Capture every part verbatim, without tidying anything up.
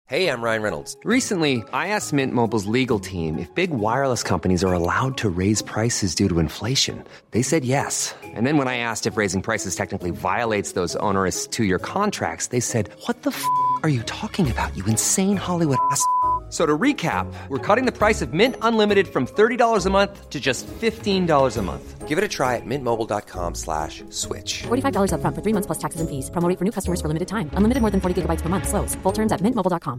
Hey, I'm Ryan Reynolds. Recently, I asked Mint Mobile's legal team if big wireless companies are allowed to raise prices due to inflation. They said yes. And then when I asked if raising prices technically violates those onerous two-year contracts, they said, what the f*** are you talking about, you insane Hollywood ass f- So to recap, we're cutting the price of Mint Unlimited from thirty dollars a month to just fifteen dollars a month. Give it a try at mintmobile.com slash switch. forty-five dollars up front for three months plus taxes and fees. Promo rate for new customers for limited time. Unlimited more than forty gigabytes per month. Slows full terms at mint mobile dot com.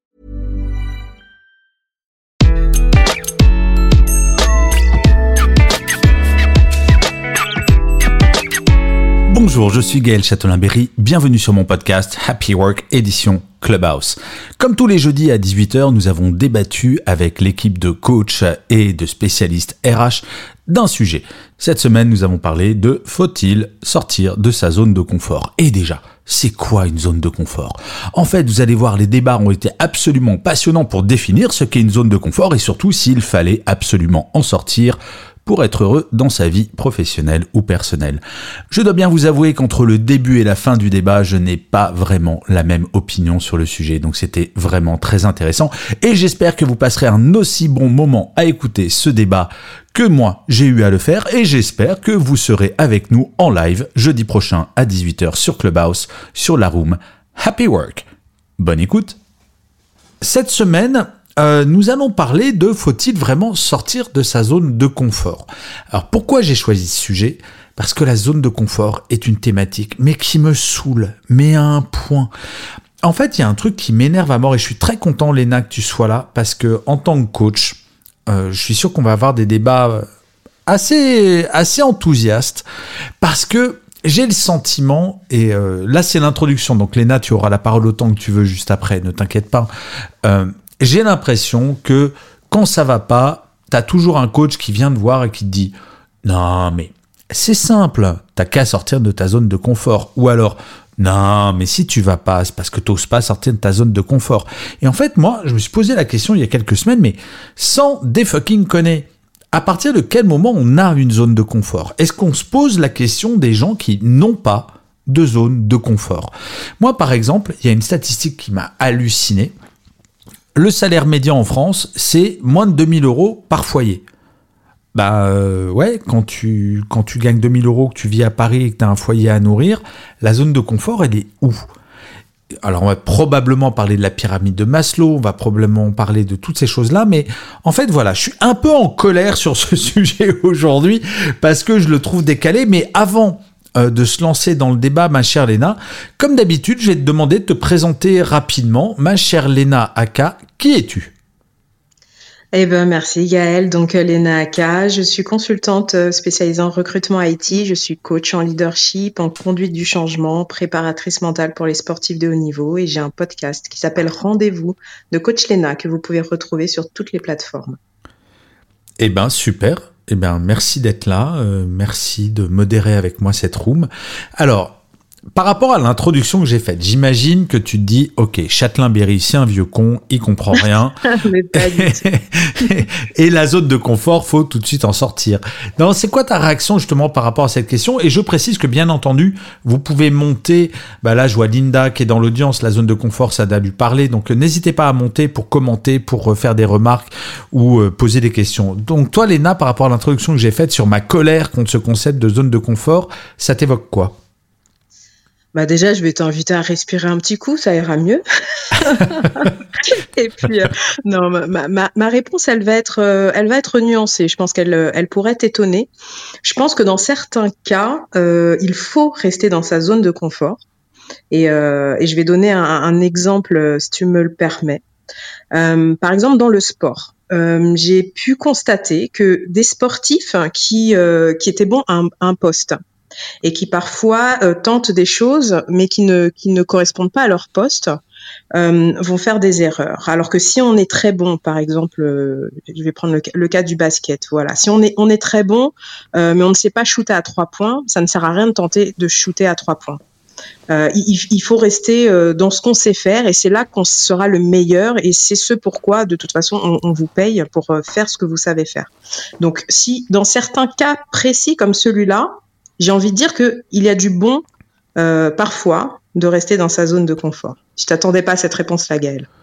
Bonjour, je suis Gaël Châtelain-Berry, bienvenue sur mon podcast Happy Work édition Clubhouse. Comme tous les jeudis à dix-huit heures, nous avons débattu avec l'équipe de coachs et de spécialistes R H d'un sujet. Cette semaine, nous avons parlé de faut-il sortir de sa zone de confort ? Et déjà, c'est quoi une zone de confort ? En fait, vous allez voir, les débats ont été absolument passionnants pour définir ce qu'est une zone de confort et surtout s'il fallait absolument en sortir pour être heureux dans sa vie professionnelle ou personnelle. Je dois bien vous avouer qu'entre le début et la fin du débat, je n'ai pas vraiment la même opinion sur le sujet, donc c'était vraiment très intéressant et j'espère que vous passerez un aussi bon moment à écouter ce débat que moi j'ai eu à le faire et j'espère que vous serez avec nous en live jeudi prochain à dix-huit heures sur Clubhouse, sur la room Happy Work. Bonne écoute. Cette semaine, Euh, nous allons parler de faut-il vraiment sortir de sa zone de confort. Alors pourquoi j'ai choisi ce sujet ? Parce que la zone de confort est une thématique, mais qui me saoule, mais à un point. En fait, il y a un truc qui m'énerve à mort et je suis très content, Léna, que tu sois là, parce que en tant que coach, euh, je suis sûr qu'on va avoir des débats assez, assez enthousiastes, parce que j'ai le sentiment, et euh, là c'est l'introduction, donc Léna, tu auras la parole autant que tu veux juste après, ne t'inquiète pas. Euh, J'ai l'impression que quand ça va pas, t'as toujours un coach qui vient te voir et qui te dit « Non, mais c'est simple, t'as qu'à sortir de ta zone de confort. » Ou alors « Non, mais si tu vas pas, c'est parce que t'oses pas sortir de ta zone de confort. » Et en fait, moi, je me suis posé la question il y a quelques semaines, mais sans des fucking connaître, à partir de quel moment on a une zone de confort ? Est-ce qu'on se pose la question des gens qui n'ont pas de zone de confort ? Moi, par exemple, il y a une statistique qui m'a halluciné. Le salaire médian en France, c'est moins de deux mille euros par foyer. Bah euh, ouais, quand tu, quand tu gagnes deux mille euros, que tu vis à Paris et que tu as un foyer à nourrir, la zone de confort, elle est où ? Alors on va probablement parler de la pyramide de Maslow, on va probablement parler de toutes ces choses-là, mais en fait voilà, je suis un peu en colère sur ce sujet aujourd'hui parce que je le trouve décalé, mais avant de se lancer dans le débat, ma chère Léna, comme d'habitude, je vais te demander de te présenter rapidement. Ma chère Léna Aka, qui es-tu ? Eh ben merci Gaël. Donc Léna Aka, je suis consultante spécialisée en recrutement I T, je suis coach en leadership, en conduite du changement, préparatrice mentale pour les sportifs de haut niveau et j'ai un podcast qui s'appelle Rendez-vous de Coach Léna que vous pouvez retrouver sur toutes les plateformes. Eh ben super. Eh bien, merci d'être là, euh, merci de modérer avec moi cette room. Alors, par rapport à l'introduction que j'ai faite, j'imagine que tu te dis, ok, Châtelain-Berry, c'est un vieux con, il comprend rien. Mais pas du tout. Et la zone de confort, faut tout de suite en sortir. Non, c'est quoi ta réaction justement par rapport à cette question ? Et je précise que bien entendu, vous pouvez monter, bah là je vois Linda qui est dans l'audience, la zone de confort, ça a dû parler, donc n'hésitez pas à monter pour commenter, pour faire des remarques ou euh, poser des questions. Donc toi Léna, par rapport à l'introduction que j'ai faite sur ma colère contre ce concept de zone de confort, ça t'évoque quoi ? Bah déjà, je vais t'inviter à respirer un petit coup, ça ira mieux. Et puis, euh, non, ma, ma, ma réponse, elle va être, euh, elle va être nuancée. Je pense qu'elle, elle pourrait t'étonner. Je pense que dans certains cas, euh, il faut rester dans sa zone de confort. Et, euh, et je vais donner un, un exemple, si tu me le permets. Euh, par exemple, dans le sport. Euh, j'ai pu constater que des sportifs qui, euh, qui étaient bons à un, à un poste, et qui parfois euh, tentent des choses, mais qui ne, qui ne correspondent pas à leur poste, euh, vont faire des erreurs. Alors que si on est très bon, par exemple, euh, je vais prendre le, le cas du basket, voilà. Si on est, on est très bon, euh, mais on ne sait pas shooter à trois points, ça ne sert à rien de tenter de shooter à trois points. Euh, il, il faut rester euh, dans ce qu'on sait faire et c'est là qu'on sera le meilleur et c'est ce pourquoi, de toute façon, on, on vous paye pour euh, faire ce que vous savez faire. Donc, si dans certains cas précis comme celui-là, j'ai envie de dire qu'il y a du bon, euh, parfois, de rester dans sa zone de confort. Je ne t'attendais pas à cette réponse-là, Gaël.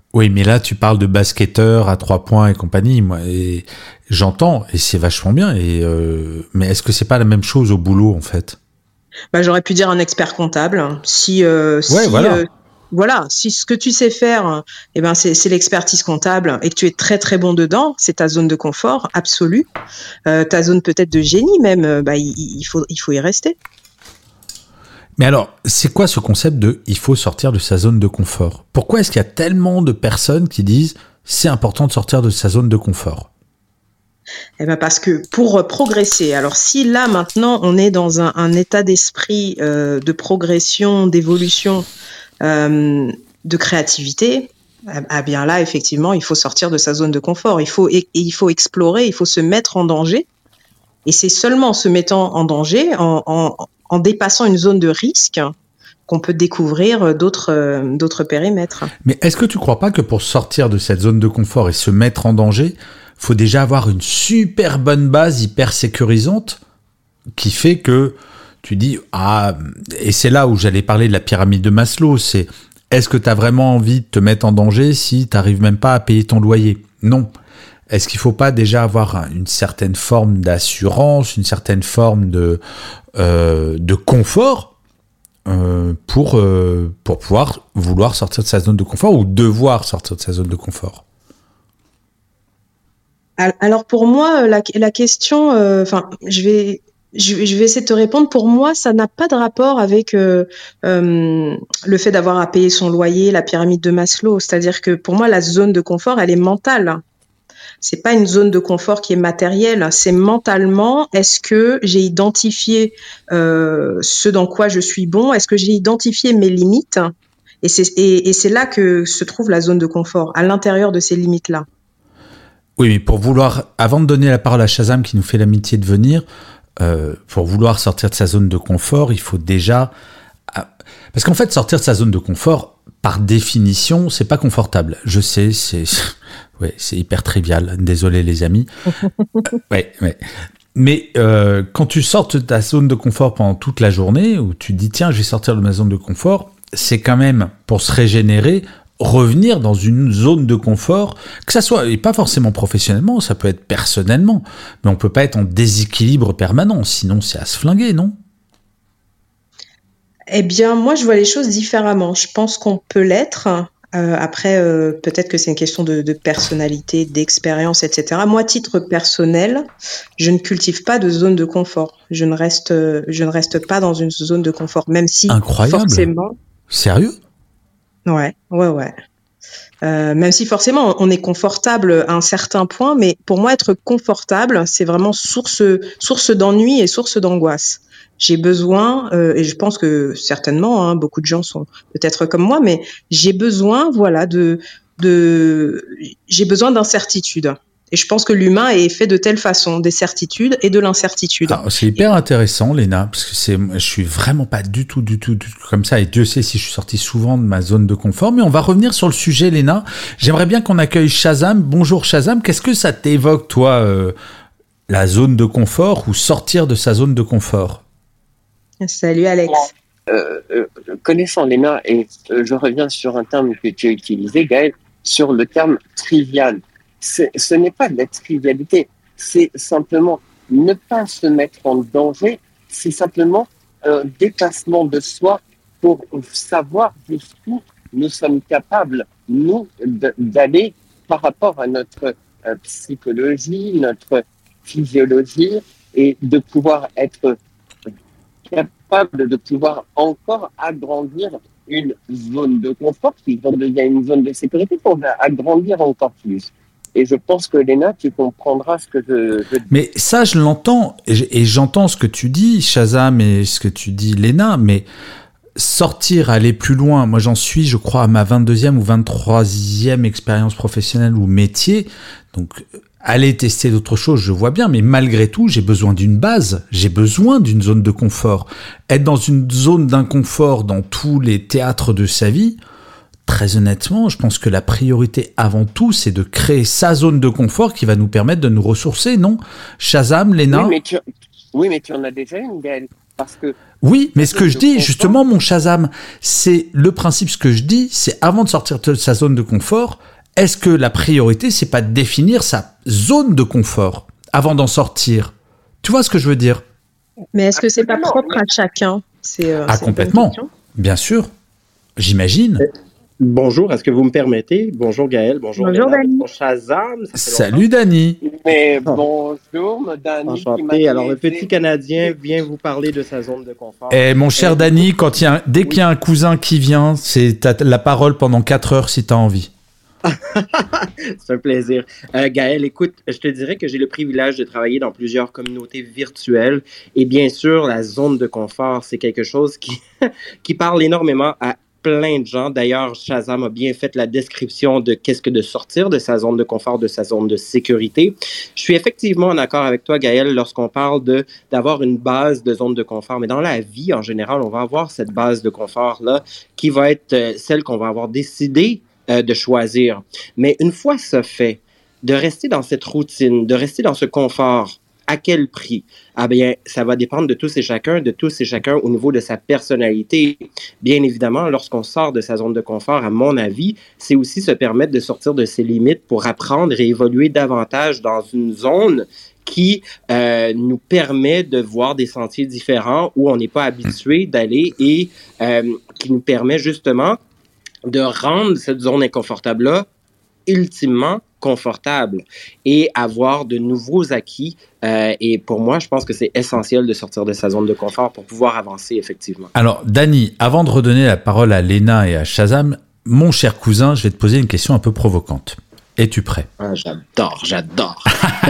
Oui, mais là, tu parles de basketteur à trois points et compagnie. Moi, et j'entends, et c'est vachement bien. Et euh, mais est-ce que c'est pas la même chose au boulot, en fait? Bah, j'aurais pu dire un expert comptable. Si, euh, Ouais, si, voilà. euh, voilà, si ce que tu sais faire, eh ben, c'est, c'est l'expertise comptable et que tu es très très bon dedans, c'est ta zone de confort absolue. Euh, ta zone peut-être de génie même, euh, bah, il, il faut, il faut y rester. Mais alors, c'est quoi ce concept de il faut sortir de sa zone de confort? Pourquoi est-ce qu'il y a tellement de personnes qui disent c'est important de sortir de sa zone de confort? Eh ben parce que pour progresser, alors si là maintenant on est dans un, un état d'esprit euh, de progression, d'évolution, euh, de créativité, eh, eh bien là effectivement il faut sortir de sa zone de confort. Il faut, et, et il faut explorer, il faut se mettre en danger. Et c'est seulement en se mettant en danger, en, en, en dépassant une zone de risque, qu'on peut découvrir d'autres, euh, d'autres périmètres. Mais est-ce que tu crois pas que pour sortir de cette zone de confort et se mettre en danger, faut déjà avoir une super bonne base hyper sécurisante qui fait que tu dis ah, et c'est là où j'allais parler de la pyramide de Maslow, c'est est-ce que tu as vraiment envie de te mettre en danger si tu n'arrives même pas à payer ton loyer? Non. Est-ce qu'il faut pas déjà avoir une certaine forme d'assurance, une certaine forme de euh, de confort euh, pour euh, pour pouvoir vouloir sortir de sa zone de confort ou devoir sortir de sa zone de confort? Alors pour moi, la, la question, enfin, euh, je vais, je, je vais essayer de te répondre. Pour moi, ça n'a pas de rapport avec euh, euh, le fait d'avoir à payer son loyer, la pyramide de Maslow. C'est-à-dire que pour moi, la zone de confort, elle est mentale. C'est pas une zone de confort qui est matérielle. C'est mentalement. Est-ce que j'ai identifié euh, ce dans quoi je suis bon? Est-ce que j'ai identifié mes limites? Et c'est, et, et c'est là que se trouve la zone de confort, à l'intérieur de ces limites-là. Oui, mais pour vouloir, avant de donner la parole à Shazam qui nous fait l'amitié de venir, euh, pour vouloir sortir de sa zone de confort, il faut déjà... Parce qu'en fait, sortir de sa zone de confort, par définition, c'est pas confortable. Je sais, c'est, ouais, c'est hyper trivial. Désolé les amis. ouais, ouais. Mais euh, quand tu sors de ta zone de confort pendant toute la journée, où tu dis tiens, je vais sortir de ma zone de confort, c'est quand même pour se régénérer, revenir dans une zone de confort, que ça soit, et pas forcément professionnellement, ça peut être personnellement, mais on peut pas être en déséquilibre permanent, sinon c'est à se flinguer, non? Eh bien, moi, je vois les choses différemment. Je pense qu'on peut l'être. Euh, après, euh, peut-être que c'est une question de, de personnalité, d'expérience, et cetera. Moi, à titre personnel, je ne cultive pas de zone de confort. Je ne reste, je ne reste pas dans une zone de confort, même si Incroyable. Forcément. Sérieux? Ouais, ouais, ouais. Euh, même si forcément on est confortable à un certain point, mais pour moi être confortable, c'est vraiment source source d'ennui et source d'angoisse. J'ai besoin, euh, et je pense que certainement, hein, beaucoup de gens sont peut-être comme moi, mais j'ai besoin, voilà, de de j'ai besoin d'incertitude. Et je pense que l'humain est fait de telle façon, des certitudes et de l'incertitude. Ah, c'est hyper intéressant, Léna, parce que c'est, je suis vraiment pas du tout, du tout, du tout comme ça, et Dieu sait si je suis sorti souvent de ma zone de confort, mais on va revenir sur le sujet, Léna. J'aimerais bien qu'on accueille Shazam. Bonjour Shazam, qu'est-ce que ça t'évoque, toi, euh, la zone de confort ou sortir de sa zone de confort? Salut Alex. Euh, euh, connaissant Léna, et euh, je reviens sur un terme que tu as utilisé, Gaël, sur le terme trivial. C'est, ce n'est pas de la trivialité, c'est simplement ne pas se mettre en danger, c'est simplement un dépassement de soi pour savoir jusqu'où nous sommes capables, nous, de, d'aller par rapport à notre euh, psychologie, notre physiologie, et de pouvoir être capable de pouvoir encore agrandir une zone de confort qui devient une zone de sécurité pour agrandir encore plus. Et je pense que Léna, tu comprendras ce que je, je dis. Mais ça, je l'entends, et j'entends ce que tu dis, Shazam, et ce que tu dis, Léna, mais sortir, aller plus loin, moi j'en suis, je crois, à ma vingt-deuxième ou vingt-troisième expérience professionnelle ou métier, donc aller tester d'autres choses, je vois bien, mais malgré tout, j'ai besoin d'une base, j'ai besoin d'une zone de confort. Être dans une zone d'inconfort dans tous les théâtres de sa vie, très honnêtement, je pense que la priorité avant tout, c'est de créer sa zone de confort qui va nous permettre de nous ressourcer, non? Shazam, Léna? Oui, mais tu, oui, mais tu en as déjà une, Gaël. parce que... Oui, mais ce que je dis, justement, mon Shazam, c'est le principe, ce que je dis, c'est avant de sortir de sa zone de confort, est-ce que la priorité, c'est pas de définir sa zone de confort avant d'en sortir? Tu vois ce que je veux dire? Mais est-ce que c'est pas propre à chacun? C'est, euh, Ah, c'est complètement. Bien sûr. J'imagine. Bonjour, est-ce que vous me permettez? Bonjour Gaël, bonjour, bonjour Léna, Dani. bonjour Shazam. Salut Dani. Mais bonjour, Dani. Enchanté. Alors, le petit Canadien vient vous parler de sa zone de confort. Eh, mon cher Euh, Dani, quand il y a un- dès oui. qu'il y a un cousin qui vient, c'est t'as la parole pendant quatre heures si tu as envie. C'est un plaisir. Euh, Gaël, écoute, je te dirais que j'ai le privilège de travailler dans plusieurs communautés virtuelles et bien sûr, la zone de confort, c'est quelque chose qui, qui parle énormément à plein de gens. D'ailleurs, Shazam a bien fait la description de qu'est-ce que de sortir de sa zone de confort, de sa zone de sécurité. Je suis effectivement en accord avec toi, Gaël, lorsqu'on parle de d'avoir une base de zone de confort. Mais dans la vie, en général, on va avoir cette base de confort-là qui va être euh, celle qu'on va avoir décidé euh, de choisir. Mais une fois ça fait, de rester dans cette routine, de rester dans ce confort, à quel prix? Ah bien, ça va dépendre de tous et chacun, de tous et chacun au niveau de sa personnalité. Bien évidemment, lorsqu'on sort de sa zone de confort, à mon avis, c'est aussi se permettre de sortir de ses limites pour apprendre et évoluer davantage dans une zone qui euh, nous permet de voir des sentiers différents où on n'est pas habitué d'aller et euh, qui nous permet justement de rendre cette zone inconfortable-là ultimement confortable et avoir de nouveaux acquis. Euh, et pour moi, je pense que c'est essentiel de sortir de sa zone de confort pour pouvoir avancer effectivement. Alors, Dani, avant de redonner la parole à Léna et à Shazam, mon cher cousin, je vais te poser une question un peu provocante. Es-tu prêt? Ah, j'adore, j'adore.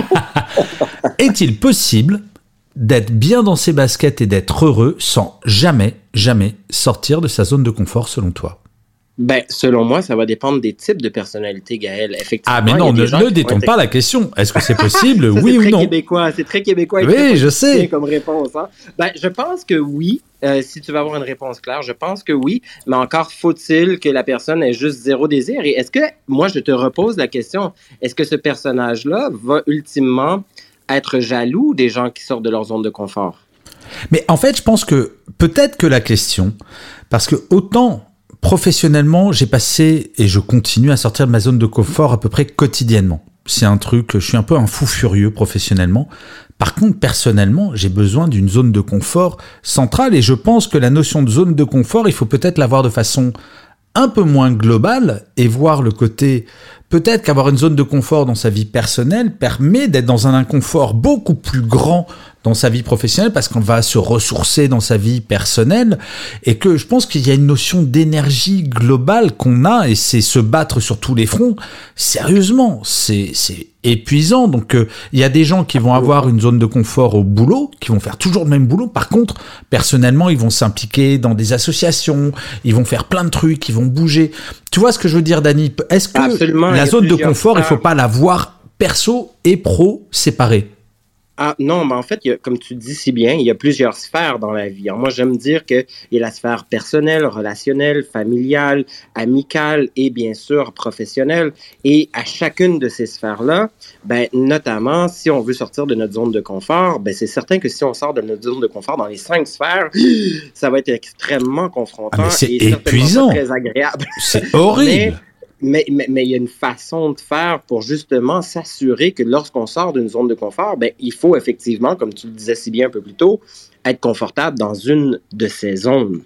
Est-il possible d'être bien dans ses baskets et d'être heureux sans jamais, jamais sortir de sa zone de confort selon toi? Ben, selon moi, ça va dépendre des types de personnalités, Gaël. Effectivement. Ah, mais non, ne, ne détourne pas la question. Est-ce que c'est possible? Ça, oui c'est ou très non? Québécois, c'est très québécois. Et Oui, très je sais. Comme réponse, hein? Ben, je pense que oui. Euh, si tu veux avoir une réponse claire, je pense que oui. Mais encore faut-il que la personne ait juste zéro désir. Et est-ce que, moi, je te repose la question, est-ce que ce personnage-là va ultimement être jaloux des gens qui sortent de leur zone de confort? Mais en fait, je pense que peut-être que la question, parce que autant professionnellement, j'ai passé et je continue à sortir de ma zone de confort à peu près quotidiennement. C'est un truc, je suis un peu un fou furieux professionnellement. Par contre, personnellement, j'ai besoin d'une zone de confort centrale et je pense que la notion de zone de confort, il faut peut-être l'avoir de façon un peu moins globale et voir le côté... Peut-être qu'avoir une zone de confort dans sa vie personnelle permet d'être dans un inconfort beaucoup plus grand dans sa vie professionnelle parce qu'on va se ressourcer dans sa vie personnelle et que je pense qu'il y a une notion d'énergie globale qu'on a et c'est se battre sur tous les fronts. Sérieusement, c'est, c'est épuisant. Donc, euh, il y a des gens qui vont avoir une zone de confort au boulot, qui vont faire toujours le même boulot. Par contre, personnellement, ils vont s'impliquer dans des associations, ils vont faire plein de trucs, ils vont bouger. Tu vois ce que je veux dire, Dani? Est-ce que Absolument, la zone de confort, il faut pas la voir perso et pro séparée? Ah non, mais en fait, il y a, comme tu dis si bien, il y a plusieurs sphères dans la vie. Alors moi, j'aime dire qu'il y a la sphère personnelle, relationnelle, familiale, amicale et bien sûr professionnelle. Et à chacune de ces sphères-là, ben, notamment, si on veut sortir de notre zone de confort, ben, c'est certain que si on sort de notre zone de confort dans les cinq sphères, ça va être extrêmement confrontant Ah, mais c'est et épuisant. certainement pas très agréable. C'est horrible. Mais, Mais il mais, mais y a une façon de faire pour justement s'assurer que lorsqu'on sort d'une zone de confort, ben, il faut effectivement, comme tu le disais si bien un peu plus tôt, être confortable dans une de ces zones.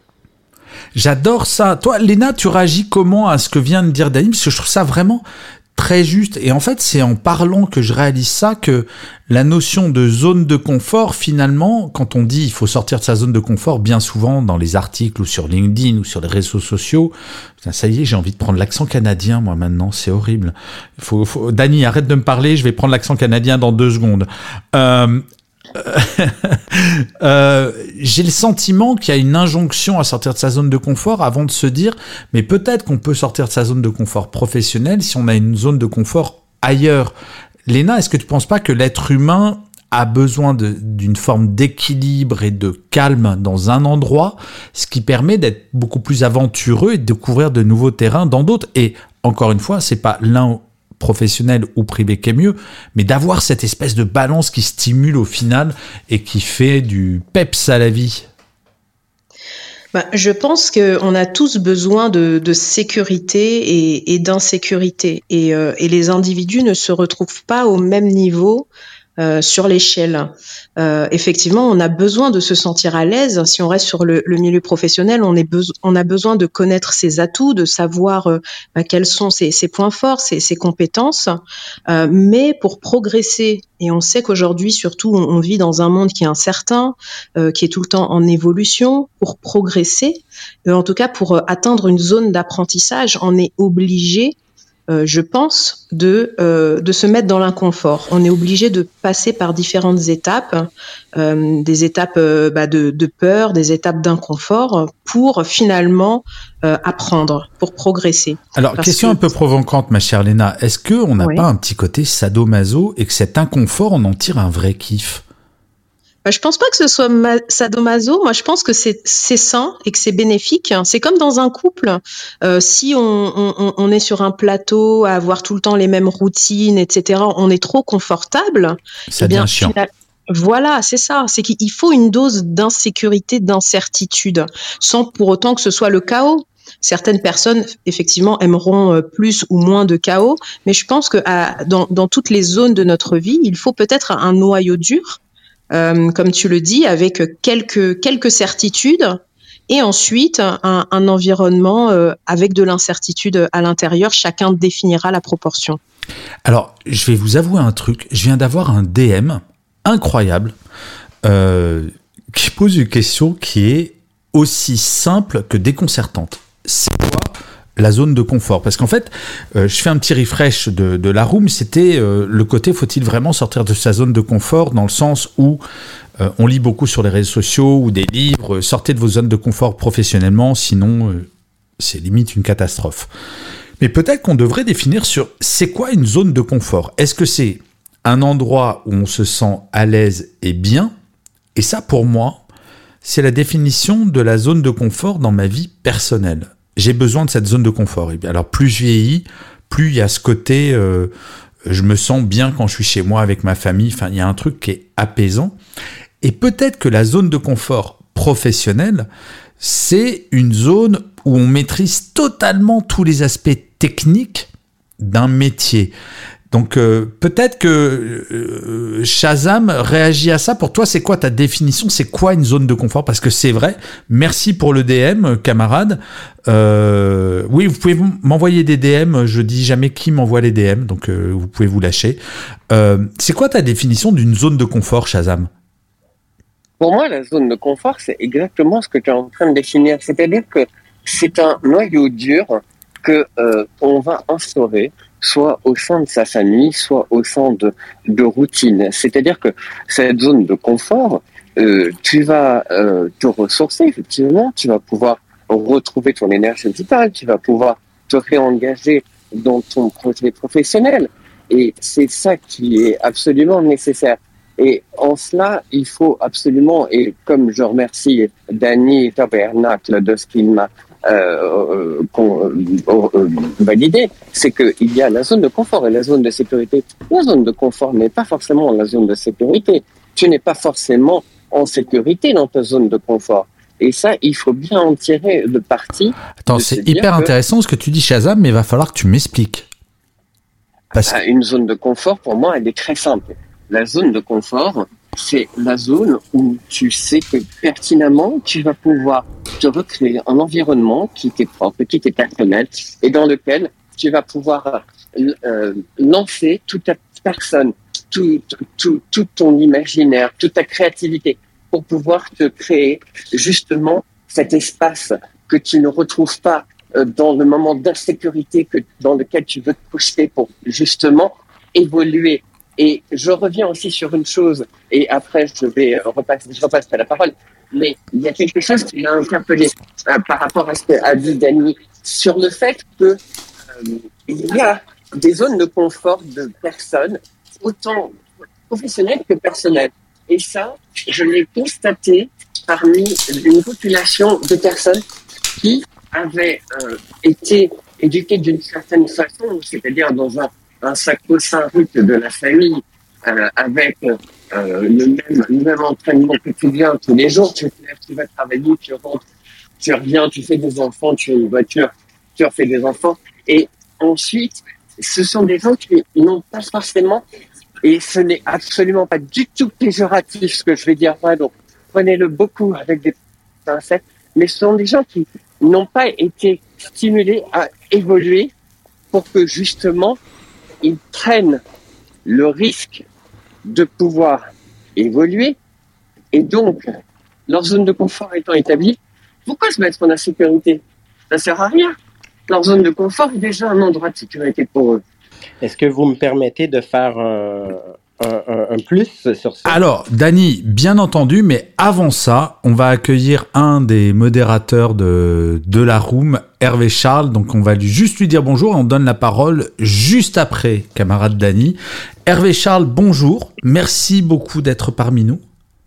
J'adore ça. Toi, Léna, tu réagis comment à ce que vient de dire Dani? Parce que je trouve ça vraiment très juste. Et en fait, c'est en parlant que je réalise ça que la notion de zone de confort, finalement, quand on dit il faut sortir de sa zone de confort, bien souvent dans les articles ou sur LinkedIn ou sur les réseaux sociaux, putain, ça y est, j'ai envie de prendre l'accent canadien, moi, maintenant. C'est horrible. Faut, faut... Dani, arrête de me parler, je vais prendre l'accent canadien dans deux secondes. Euh... euh, j'ai le sentiment qu'il y a une injonction à sortir de sa zone de confort avant de se dire mais peut-être qu'on peut sortir de sa zone de confort professionnelle si on a une zone de confort ailleurs. Léna, est-ce que tu ne penses pas que l'être humain a besoin de, d'une forme d'équilibre et de calme dans un endroit, ce qui permet d'être beaucoup plus aventureux et de découvrir de nouveaux terrains dans d'autres? Et encore une fois, c'est pas l'un professionnel ou privé qui est mieux, mais d'avoir cette espèce de balance qui stimule au final et qui fait du peps à la vie. Bah, je pense qu'on a tous besoin de, de sécurité et, et d'insécurité. Et, euh, et les individus ne se retrouvent pas au même niveau euh, sur l'échelle. Euh, effectivement, on a besoin de se sentir à l'aise. Si on reste sur le, le milieu professionnel, on, est beso- on a besoin de connaître ses atouts, de savoir euh, bah, quels sont ses, ses points forts, ses, ses compétences. Euh, mais pour progresser, et on sait qu'aujourd'hui, surtout, on, on vit dans un monde qui est incertain, euh, qui est tout le temps en évolution. Pour progresser, euh, en tout cas pour euh, atteindre une zone d'apprentissage, on est obligé, euh, je pense, de, euh, de se mettre dans l'inconfort. On est obligé de passer par différentes étapes, euh, des étapes euh, bah, de, de peur, des étapes d'inconfort, pour finalement euh, apprendre, pour progresser. Alors, Parce question que... un peu provocante, ma chère Léna. Est-ce qu'on n'a Oui. pas un petit côté sadomaso et que cet inconfort, on en tire un vrai kiff? Bah, je pense pas que ce soit ma- sadomaso. Moi, je pense que c'est c'est sain et que c'est bénéfique. C'est comme dans un couple. Euh, si on, on, on est sur un plateau à avoir tout le temps les mêmes routines, et cetera, on est trop confortable. Ça Eh bien, devient chiant. final- Voilà, c'est ça. C'est qu'il faut une dose d'insécurité, d'incertitude, sans pour autant que ce soit le chaos. Certaines personnes, effectivement, aimeront euh, plus ou moins de chaos, mais je pense que à- dans, dans toutes les zones de notre vie, il faut peut-être un noyau dur, euh, comme tu le dis, avec quelques, quelques certitudes, et ensuite un, un environnement euh, avec de l'incertitude à l'intérieur. Chacun définira la proportion. Alors, je vais vous avouer un truc. Je viens d'avoir un D M incroyable euh, qui pose une question qui est aussi simple que déconcertante. C'est quoi la zone de confort? Parce qu'en fait, euh, je fais un petit refresh de, de la room. C'était euh, le côté, faut-il vraiment sortir de sa zone de confort, dans le sens où euh, on lit beaucoup sur les réseaux sociaux ou des livres, euh, sortez de vos zones de confort professionnellement, sinon euh, c'est limite une catastrophe. Mais peut-être qu'on devrait définir sur c'est quoi une zone de confort. Est-ce que c'est un endroit où on se sent à l'aise et bien? Et ça, pour moi, c'est la définition de la zone de confort dans ma vie personnelle. J'ai besoin de cette zone de confort. Et bien, alors, plus je vieillis, plus il y a ce côté, euh, je me sens bien quand je suis chez moi avec ma famille. Enfin, il y a un truc qui est apaisant. Et peut-être que la zone de confort professionnelle, c'est une zone où on maîtrise totalement tous les aspects techniques d'un métier. Donc euh, peut-être que euh, Shazam réagit à ça. Pour toi, c'est quoi ta définition? C'est quoi une zone de confort? Parce que c'est vrai. Merci pour le D M, camarade. Euh, oui, vous pouvez m'envoyer des D M. Je dis jamais qui m'envoie les D M, donc euh, vous pouvez vous lâcher. Euh, c'est quoi ta définition d'une zone de confort, Shazam? Pour moi, la zone de confort, c'est exactement ce que tu es en train de définir. C'est-à-dire que c'est un noyau dur que euh, on va instaurer, soit au sein de sa famille, soit au sein de, de routine. C'est-à-dire que cette zone de confort, euh, tu vas euh, te ressourcer, effectivement, tu vas pouvoir retrouver ton énergie vitale, tu vas pouvoir te réengager dans ton projet professionnel. Et c'est ça qui est absolument nécessaire. Et en cela, il faut absolument, et comme je remercie Danny Tabernacle de ce qu'il m'a euh, euh, euh, validé, c'est qu'il y a la zone de confort et la zone de sécurité. La zone de confort n'est pas forcément la zone de sécurité. Tu n'es pas forcément en sécurité dans ta zone de confort. Et ça, il faut bien en tirer le parti. Attends, c'est hyper que... intéressant ce que tu dis, Shazam, mais il va falloir que tu m'expliques. Parce... Une zone de confort, pour moi, elle est très simple. La zone de confort, c'est la zone où tu sais que pertinemment, tu vas pouvoir te recréer un environnement qui t'est propre, qui t'est personnel, et dans lequel tu vas pouvoir euh, lancer toute ta personne, tout, tout, tout ton imaginaire, toute ta créativité, pour pouvoir te créer justement cet espace que tu ne retrouves pas euh, dans le moment d'insécurité que, dans lequel tu veux te projeter pour justement évoluer. Et je reviens aussi sur une chose, et après je vais repasser, je repasse la parole, mais il y a quelque chose qui m'a interpellé euh, par rapport à ce qu'a dit Dany, sur le fait que euh, il y a des zones de confort de personnes, autant professionnelles que personnelles. Et ça, je l'ai constaté parmi une population de personnes qui avaient euh, été éduquées d'une certaine façon, c'est-à-dire dans un un sacro-saint rite de la famille, euh, avec euh, le, même, le même entraînement quotidien tous les jours. Tu te lèves, tu vas travailler, tu rentres, tu reviens, tu fais des enfants, tu as une voiture, tu refais des enfants. Et ensuite, ce sont des gens qui n'ont pas forcément, et ce n'est absolument pas du tout péjoratif ce que je vais dire là, donc prenez-le beaucoup avec des pincettes, mais ce sont des gens qui n'ont pas été stimulés à évoluer pour que justement ils prennent le risque de pouvoir évoluer. Et donc, leur zone de confort étant établie, pourquoi se mettre en insécurité? Ça sert à rien. Leur zone de confort est déjà un endroit de sécurité pour eux. Est-ce que vous me permettez de faire un, un, un, un plus sur ça? Alors, Dany, bien entendu, mais avant ça, on va accueillir un des modérateurs de, de la room, Hervé Charles. Donc, on va lui, juste lui dire bonjour et on donne la parole juste après, camarade Dany. Hervé Charles, bonjour. Merci beaucoup d'être parmi nous.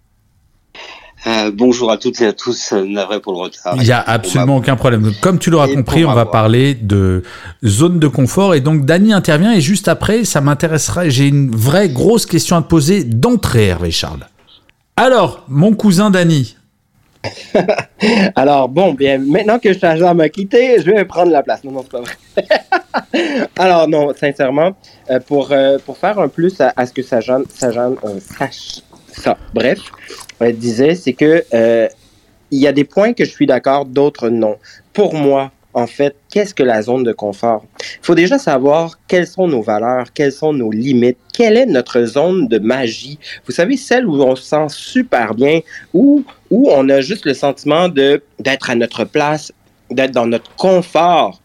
Euh, bonjour à toutes et à tous, navré pour le retard. Il n'y a absolument aucun problème. Comme tu l'auras compris, on va parler de zone de confort. Et donc, Dany intervient. Et juste après, ça m'intéressera. J'ai une vraie grosse question à te poser d'entrée, Hervé Charles. Alors, mon cousin Dany. Alors, bon, bien, maintenant que Shahjar m'a quitté, je vais prendre la place. Non, non, c'est pas vrai. Alors, non, sincèrement, euh, pour, euh, pour faire un plus à, à ce que Shahjar euh, sache ça, bref, elle disait, c'est que euh, il y a des points que je suis d'accord, d'autres non. Pour moi, en fait, qu'est-ce que la zone de confort? Il faut déjà savoir quelles sont nos valeurs, quelles sont nos limites, quelle est notre zone de magie. Vous savez, celle où on se sent super bien, où, où on a juste le sentiment de, d'être à notre place, d'être dans notre confort.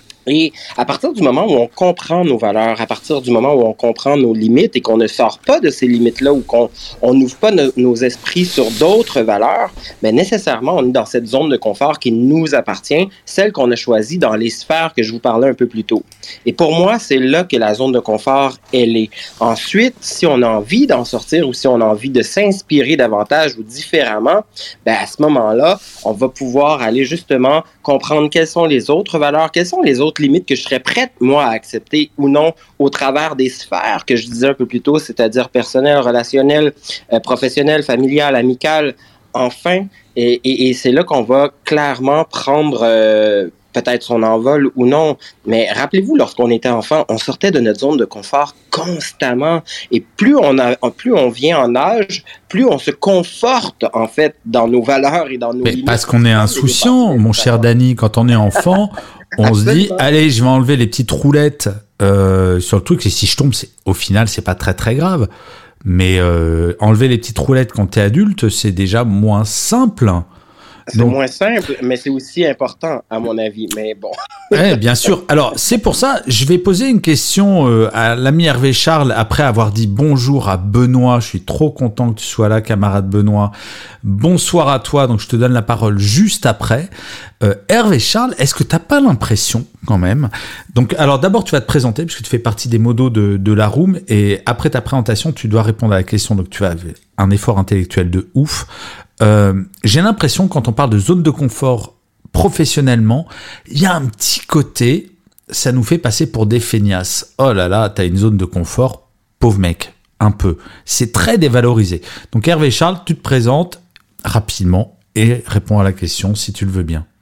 Et à partir du moment où on comprend nos valeurs, à partir du moment où on comprend nos limites et qu'on ne sort pas de ces limites-là ou qu'on on n'ouvre pas no, nos esprits sur d'autres valeurs, bien nécessairement, on est dans cette zone de confort qui nous appartient, celle qu'on a choisie dans les sphères que je vous parlais un peu plus tôt. Et pour moi, c'est là que la zone de confort, elle est. Ensuite, si on a envie d'en sortir ou si on a envie de s'inspirer davantage ou différemment, bien à ce moment-là, on va pouvoir aller justement comprendre quelles sont les autres valeurs, quelles sont les autres limites que je serais prête, moi, à accepter ou non au travers des sphères que je disais un peu plus tôt, c'est-à-dire personnel, relationnel, euh, professionnel, familial, amical, enfin. Et, et, et c'est là qu'on va clairement prendre euh, peut-être son envol ou non. Mais rappelez-vous, lorsqu'on était enfant, on sortait de notre zone de confort constamment. Et plus on, a, plus on vient en âge, plus on se conforte, en fait, dans nos valeurs et dans nos Mais limites. Parce qu'on est insouciant, mon cher Dany. Quand on est enfant, on Absolument. se dit, allez, je vais enlever les petites roulettes euh, sur le truc. Et si je tombe, c'est, au final, c'est pas très, très grave. Mais euh, enlever les petites roulettes quand t'es adulte, c'est déjà moins simple. C'est Donc, moins simple, mais c'est aussi important, à mon avis. Mais bon. Ouais, bien sûr. Alors, c'est pour ça, je vais poser une question euh, à l'ami Hervé Charles après avoir dit bonjour à Benoît. Je suis trop content que tu sois là, camarade Benoît. Bonsoir à toi. Donc, je te donne la parole juste après. Euh, Hervé Charles, est-ce que t'as pas l'impression, quand même? Donc, alors d'abord, tu vas te présenter puisque tu fais partie des modos de, de la room et après ta présentation, tu dois répondre à la question. Donc, tu as un effort intellectuel de ouf. Euh, j'ai l'impression quand on parle de zone de confort professionnellement, il y a un petit côté, ça nous fait passer pour des feignasses. Oh là là, t'as une zone de confort, pauvre mec, un peu. C'est très dévalorisé. Donc Hervé Charles, tu te présentes rapidement et réponds à la question si tu le veux bien.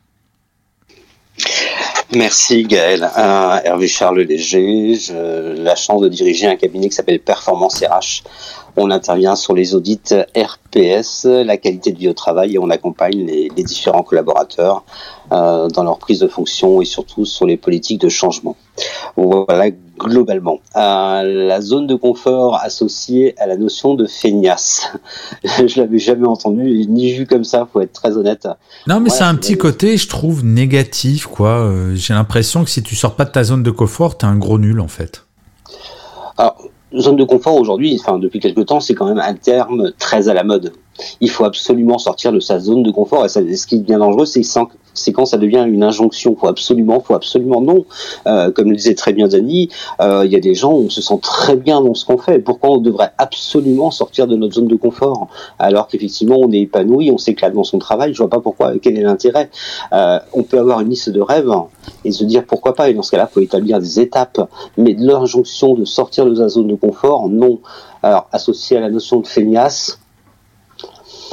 Merci Gaël. Euh, Hervé Charles Léger, j'ai la chance de diriger un cabinet qui s'appelle Performance R H. On intervient sur les audits R P S, la qualité de vie au travail, et on accompagne les, les différents collaborateurs euh, dans leur prise de fonction et surtout sur les politiques de changement. Voilà, globalement. Euh, la zone de confort associée à la notion de feignasse. Je l'avais jamais entendu, ni vu comme ça, faut être très honnête. Non, mais ouais, c'est un petit côté, je trouve, négatif, quoi. Euh, j'ai l'impression que si tu sors pas de ta zone de confort, t'es un gros nul, en fait. Alors, zone de confort aujourd'hui, enfin depuis quelque temps, c'est quand même un terme très à la mode. Il faut absolument sortir de sa zone de confort. Et ça, ce qui devient dangereux, c'est, c'est quand ça devient une injonction. Faut absolument, faut absolument non. Euh, comme le disait très bien Dany, euh, il y a des gens où on se sent très bien dans ce qu'on fait. Pourquoi on devrait absolument sortir de notre zone de confort alors qu'effectivement on est épanoui, on s'éclate dans son travail? Je vois pas pourquoi. Quel est l'intérêt? euh, On peut avoir une liste de rêves et se dire pourquoi pas. Et dans ce cas-là, faut établir des étapes. Mais de l'injonction de sortir de sa zone de confort, non. Alors associé à la notion de feignasse.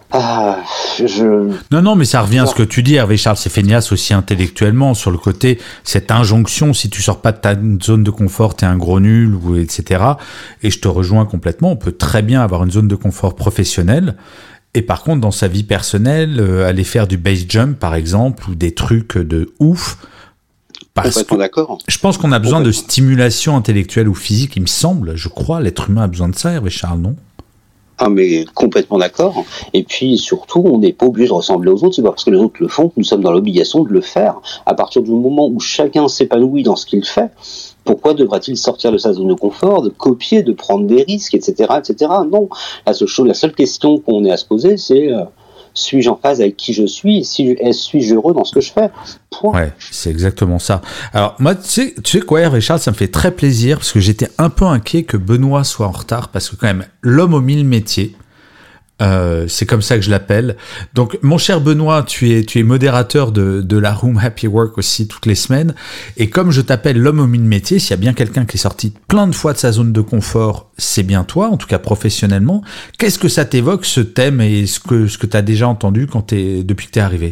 Ah, je... Non, non, mais ça revient à ce que tu dis, Hervé Charles, c'est feignasse aussi intellectuellement, sur le côté, cette injonction, si tu sors pas de ta zone de confort, t'es un gros nul, ou et cetera. Et je te rejoins complètement, on peut très bien avoir une zone de confort professionnelle, et par contre, dans sa vie personnelle, euh, aller faire du base jump, par exemple, ou des trucs de ouf, parce Complètement que d'accord. je pense qu'on a besoin de stimulation intellectuelle ou physique, il me semble, je crois, l'être humain a besoin de ça, Hervé Charles, non ? Ah, mais complètement d'accord. Et puis surtout, on n'est pas obligé de ressembler aux autres, c'est pas parce que les autres le font que nous sommes dans l'obligation de le faire. À partir du moment où chacun s'épanouit dans ce qu'il fait, pourquoi devra-t-il sortir de sa zone de confort, de copier, de prendre des risques, et cetera, et cetera. Non. La seule chose, la seule question qu'on ait à se poser, c'est euh, suis-je en phase avec qui je suis, si, suis-je heureux dans ce que je fais. Point. Ouais, c'est exactement ça. Alors moi, tu sais, tu sais quoi, Hervé Charles, ça me fait très plaisir parce que j'étais un peu inquiet que Benoît soit en retard parce que quand même, l'homme aux mille métiers, euh, c'est comme ça que je l'appelle. Donc, mon cher Benoît, tu es, tu es modérateur de, de la Room Happy Work aussi toutes les semaines. Et comme je t'appelle l'homme aux mille métiers, s'il y a bien quelqu'un qui est sorti plein de fois de sa zone de confort, c'est bien toi, en tout cas professionnellement. Qu'est-ce que ça t'évoque, ce thème, et ce que, ce que tu as déjà entendu quand t'es, depuis que tu es arrivé ?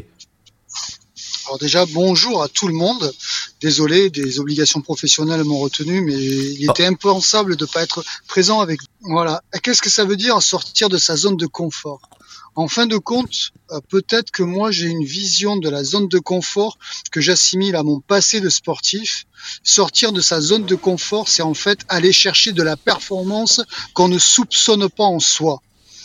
Alors déjà, bonjour à tout le monde. Désolé, des obligations professionnelles m'ont retenu, mais il était impensable de ne pas être présent avec vous. Voilà. Et qu'est-ce que ça veut dire sortir de sa zone de confort ? En fin de compte, peut-être que moi j'ai une vision de la zone de confort que j'assimile à mon passé de sportif. Sortir de sa zone de confort, c'est en fait aller chercher de la performance qu'on ne soupçonne pas en soi.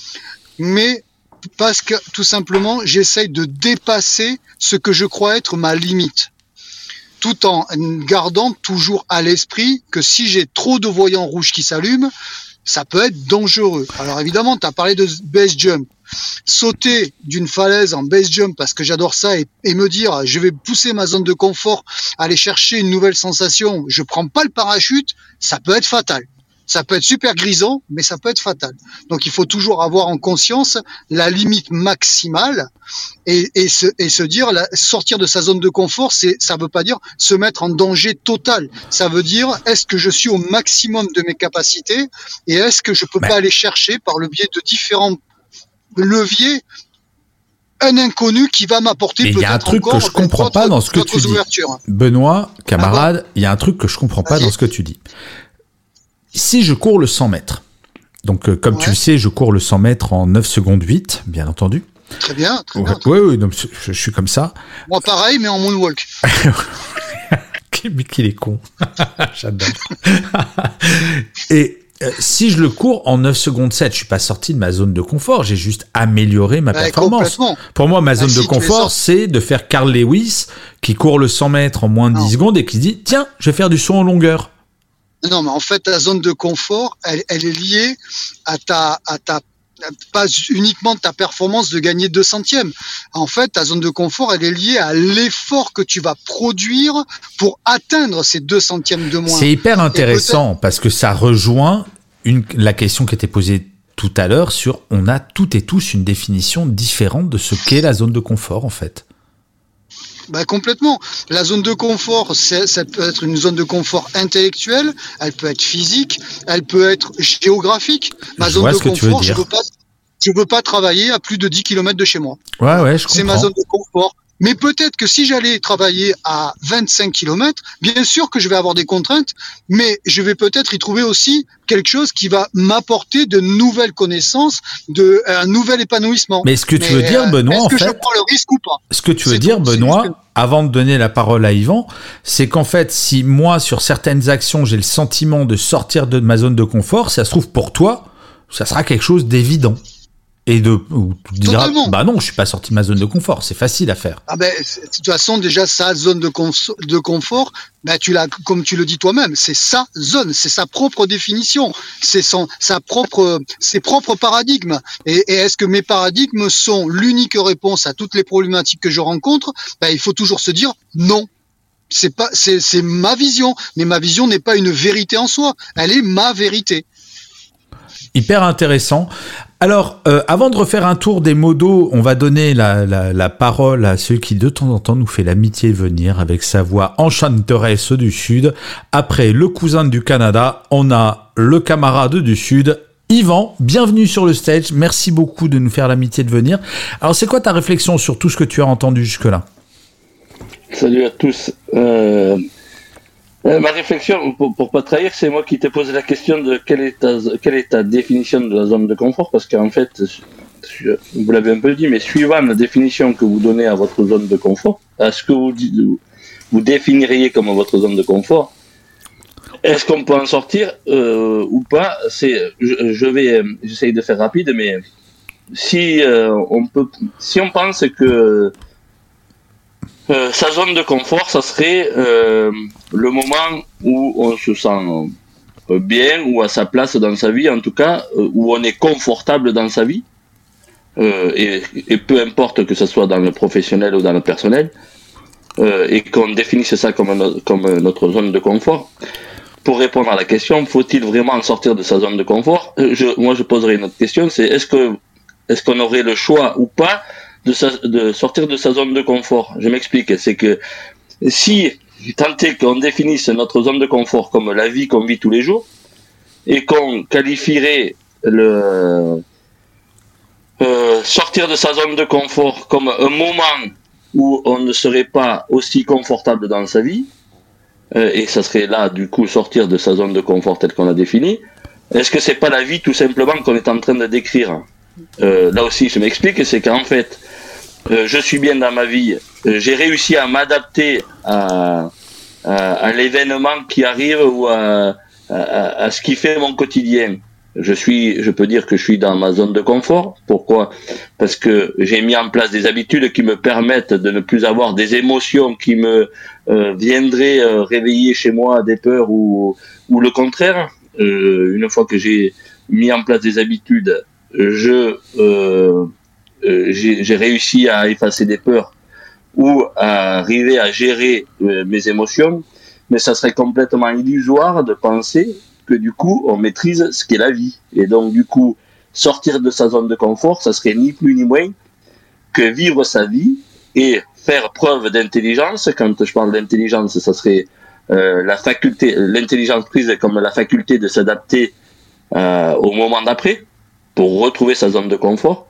Mais parce que tout simplement, j'essaye de dépasser ce que je crois être ma limite, tout en gardant toujours à l'esprit que si j'ai trop de voyants rouges qui s'allument, ça peut être dangereux. Alors évidemment, tu as parlé de base jump. Sauter d'une falaise en base jump parce que j'adore ça et, et me dire je vais pousser ma zone de confort, aller chercher une nouvelle sensation, je prends pas le parachute, ça peut être fatal. Ça peut être super grisant, mais ça peut être fatal. Donc, il faut toujours avoir en conscience la limite maximale et, et, se, et se dire, la, sortir de sa zone de confort, c'est, ça veut pas dire se mettre en danger total. Ça veut dire, est-ce que je suis au maximum de mes capacités et est-ce que je peux Mais... pas aller chercher par le biais de différents leviers un inconnu qui va m'apporter peut-être encore... Il y a un truc que je comprends pas dans ce que tu dis. Ouvertures. Benoît, camarade, il y a un truc que je comprends pas dans ce que tu dis. Si je cours le cent mètres, donc euh, comme ouais. tu le sais, je cours le cent mètres en neuf secondes huit, bien entendu. Très bien, très bien. Oui, oui, donc, je, je suis comme ça. Moi pareil, mais en moonwalk. Mais qu'il est con. J'adore. Et euh, si je le cours en neuf secondes sept, je suis pas sorti de ma zone de confort, j'ai juste amélioré ma ouais, performance. Pour moi, ma zone ah, si de confort, c'est de faire Carl Lewis, qui court le cent mètres en moins de non. dix secondes et qui se dit, tiens, je vais faire du saut en longueur. Non, mais en fait, ta zone de confort, elle, elle est liée à ta, à ta, pas uniquement ta performance de gagner deux centièmes. En fait, ta zone de confort, elle est liée à l'effort que tu vas produire pour atteindre ces deux centièmes de moins. C'est hyper intéressant parce que ça rejoint une, la question qui était posée tout à l'heure sur on a toutes et tous une définition différente de ce qu'est la zone de confort, en fait. Bah, complètement. La zone de confort, c'est, ça peut être une zone de confort intellectuelle, elle peut être physique, elle peut être géographique. Ma je zone vois de ce que confort, tu veux dire. je veux pas, je veux pas travailler à plus de dix kilomètres de chez moi. Ouais, ouais, je comprends. C'est ma zone de confort. Mais peut-être que si j'allais travailler à vingt-cinq kilomètres, bien sûr que je vais avoir des contraintes, mais je vais peut-être y trouver aussi quelque chose qui va m'apporter de nouvelles connaissances, de un nouvel épanouissement. Mais ce que tu mais, veux dire, Benoît, est-ce en que fait, je prends le risque ou pas ? Ce que tu veux c'est dire, tout, Benoît, juste... avant de donner la parole à Yvan, c'est qu'en fait, si moi, sur certaines actions, j'ai le sentiment de sortir de ma zone de confort, ça se trouve pour toi, ça sera quelque chose d'évident. Et de, ou tu diras, Totalement. bah non, je suis pas sorti de ma zone de confort, c'est facile à faire. Ah ben, de toute façon, déjà, sa zone de, conf- de confort, ben, tu l'as, comme tu le dis toi-même, c'est sa zone, c'est sa propre définition, c'est son, sa propre, ses propres paradigmes. Et, et est-ce que mes paradigmes sont l'unique réponse à toutes les problématiques que je rencontre? Ben, il faut toujours se dire non. C'est pas, c'est, c'est ma vision, mais ma vision n'est pas une vérité en soi, elle est ma vérité. Hyper intéressant. Alors, euh, avant de refaire un tour des modos, on va donner la, la, la parole à celui qui de temps en temps nous fait l'amitié de venir avec sa voix enchanteresse du Sud. Après le cousin du Canada, on a le camarade du Sud, Yvan, bienvenue sur le stage. Merci beaucoup de nous faire l'amitié de venir. Alors, c'est quoi ta réflexion sur tout ce que tu as entendu jusque-là ? Salut à tous. Euh, euh, ma réflexion, pour, pour pas trahir, c'est moi qui t'ai posé la question de quelle est ta, quelle est ta définition de la zone de confort, parce qu'en fait, vous l'avez un peu dit, mais suivant la définition que vous donnez à votre zone de confort, à ce que vous, vous définiriez comme votre zone de confort, est-ce qu'on peut en sortir euh, ou pas ? C'est, je, je vais, j'essaye de faire rapide, mais si euh, on peut, si on pense que euh, sa zone de confort, ça serait euh, le moment où on se sent bien ou à sa place dans sa vie, en tout cas euh, où on est confortable dans sa vie, euh, et, et peu importe que ce soit dans le professionnel ou dans le personnel, euh, et qu'on définisse ça comme, no- comme notre zone de confort. Pour répondre à la question, faut-il vraiment sortir de sa zone de confort ? je, Moi, je poserais une autre question, c'est est-ce que est-ce qu'on aurait le choix ou pas de, sa, de sortir de sa zone de confort ? Je m'explique, c'est que si tant est qu'on définisse notre zone de confort comme la vie qu'on vit tous les jours, et qu'on qualifierait le euh, sortir de sa zone de confort comme un moment où on ne serait pas aussi confortable dans sa vie, Euh, et ça serait là, du coup, sortir de sa zone de confort telle qu'on l'a définie. Est-ce que c'est pas la vie, tout simplement, qu'on est en train de décrire ? euh, Là aussi, je m'explique, c'est qu'en fait, euh, je suis bien dans ma vie, euh, j'ai réussi à m'adapter à, à, à l'événement qui arrive ou à, à, à ce qui fait mon quotidien. Je suis, je peux dire que je suis dans ma zone de confort. Pourquoi ? Parce que j'ai mis en place des habitudes qui me permettent de ne plus avoir des émotions qui me euh, viendraient euh, réveiller chez moi des peurs ou, ou le contraire. Euh, une fois que j'ai mis en place des habitudes, je euh, euh, j'ai, j'ai réussi à effacer des peurs ou à arriver à gérer euh, mes émotions. Mais ça serait complètement illusoire de penser que du coup, on maîtrise ce qu'est la vie. Et donc, du coup, sortir de sa zone de confort, ça serait ni plus ni moins que vivre sa vie et faire preuve d'intelligence. Quand je parle d'intelligence, ça serait euh, la faculté, l'intelligence prise comme la faculté de s'adapter euh, au moment d'après pour retrouver sa zone de confort.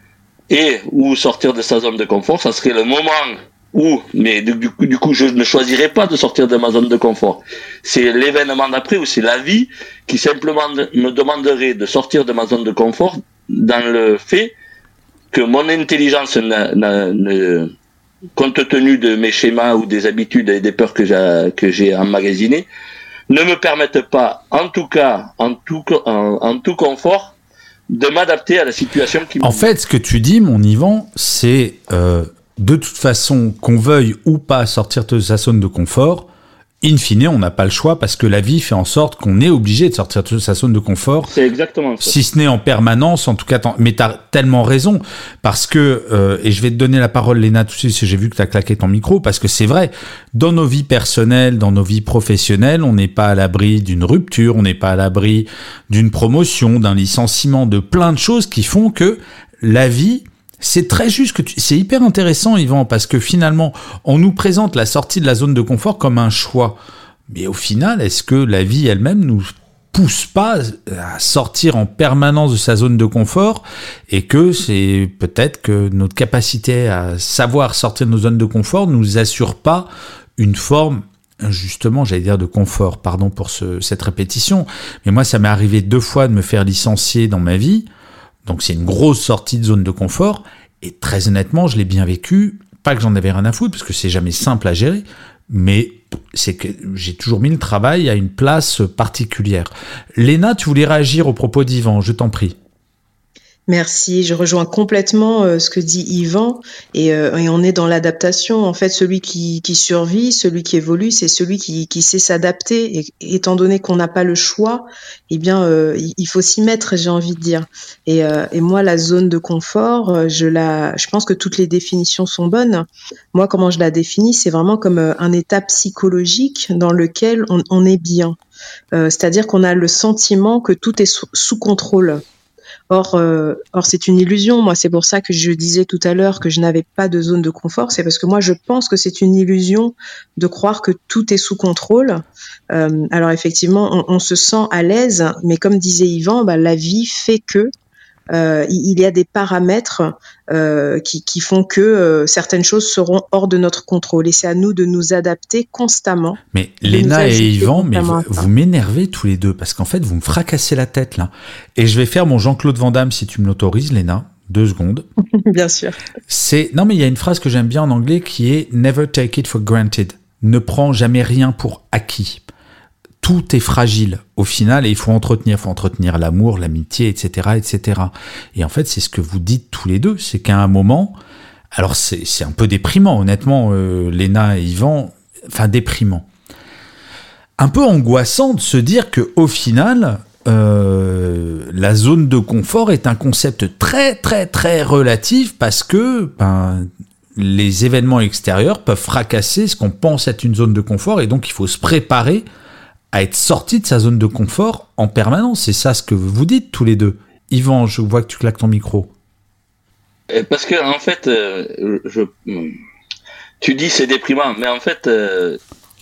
Et ou sortir de sa zone de confort, ça serait le moment où, mais du, du, coup, du coup, je ne choisirais pas de sortir de ma zone de confort. C'est l'événement d'après ou c'est la vie qui simplement me demanderait de sortir de ma zone de confort dans le fait que mon intelligence, n'a, n'a, ne, compte tenu de mes schémas ou des habitudes et des peurs que j'ai, que j'ai emmagasinées, ne me permettent pas, en tout cas, en tout, en, en tout confort, de m'adapter à la situation qui me... En fait, ce que tu dis, mon Yvan, c'est... Euh... de toute façon, qu'on veuille ou pas sortir de sa zone de confort, in fine, on n'a pas le choix parce que la vie fait en sorte qu'on est obligé de sortir de sa zone de confort. C'est exactement ça. Si ce n'est en permanence, en tout cas, mais t'as tellement raison parce que, euh, et je vais te donner la parole, Léna, tout de suite, parce que j'ai vu que t'as claqué ton micro, parce que c'est vrai, dans nos vies personnelles, dans nos vies professionnelles, on n'est pas à l'abri d'une rupture, on n'est pas à l'abri d'une promotion, d'un licenciement, de plein de choses qui font que la vie... C'est très juste que tu... c'est hyper intéressant, Yvan, parce que finalement, on nous présente la sortie de la zone de confort comme un choix. Mais au final, est-ce que la vie elle-même nous pousse pas à sortir en permanence de sa zone de confort et que c'est peut-être que notre capacité à savoir sortir de nos zones de confort nous assure pas une forme, justement, j'allais dire de confort, pardon pour ce, cette répétition, mais moi, ça m'est arrivé deux fois de me faire licencier dans ma vie. Donc c'est une grosse sortie de zone de confort, et très honnêtement, je l'ai bien vécu, pas que j'en avais rien à foutre, parce que c'est jamais simple à gérer, mais c'est que j'ai toujours mis le travail à une place particulière. Léna, tu voulais réagir au propos d'Yvan, je t'en prie. Merci, je rejoins complètement euh, ce que dit Yvan et, euh, et on est dans l'adaptation. En fait, celui qui, qui survit, celui qui évolue, c'est celui qui, qui sait s'adapter. Et étant donné qu'on n'a pas le choix, eh bien, euh, il faut s'y mettre, j'ai envie de dire. Et, euh, et moi, la zone de confort, je la, je pense que toutes les définitions sont bonnes. Moi, comment je la définis, c'est vraiment comme un état psychologique dans lequel on, on est bien. Euh, c'est-à-dire qu'on a le sentiment que tout est sous, sous contrôle. Or, euh, or c'est une illusion. Moi, c'est pour ça que je disais tout à l'heure que je n'avais pas de zone de confort. C'est parce que moi, je pense que c'est une illusion de croire que tout est sous contrôle. Euh, alors effectivement, on, on se sent à l'aise, mais comme disait Yvan, bah, la vie fait que euh, il y a des paramètres euh, qui, qui font que euh, certaines choses seront hors de notre contrôle. Et c'est à nous de nous adapter constamment. Mais Léna et Yvan, mais vous, vous m'énervez tous les deux, parce qu'en fait, vous me fracassez la tête, là. Et je vais faire mon Jean-Claude Van Damme, si tu me l'autorises, Léna. Deux secondes. Bien sûr. C'est, non, mais il y a une phrase que j'aime bien en anglais qui est « Never take it for granted ». Ne prends jamais rien pour acquis. Tout est fragile au final et il faut entretenir, il faut entretenir l'amour, l'amitié, et cetera, et cetera. Et en fait, c'est ce que vous dites tous les deux, c'est qu'à un moment, alors c'est, c'est un peu déprimant, honnêtement, euh, Léna et Yvan, enfin déprimant. Un peu angoissant de se dire qu'au final, euh, la zone de confort est un concept très, très, très relatif parce que ben, les événements extérieurs peuvent fracasser ce qu'on pense être une zone de confort et donc il faut se préparer à être sorti de sa zone de confort en permanence. C'est ça ce que vous dites tous les deux. Yvan, je vois que tu claques ton micro. Parce que en fait, euh, je, tu dis c'est déprimant, mais en fait, euh,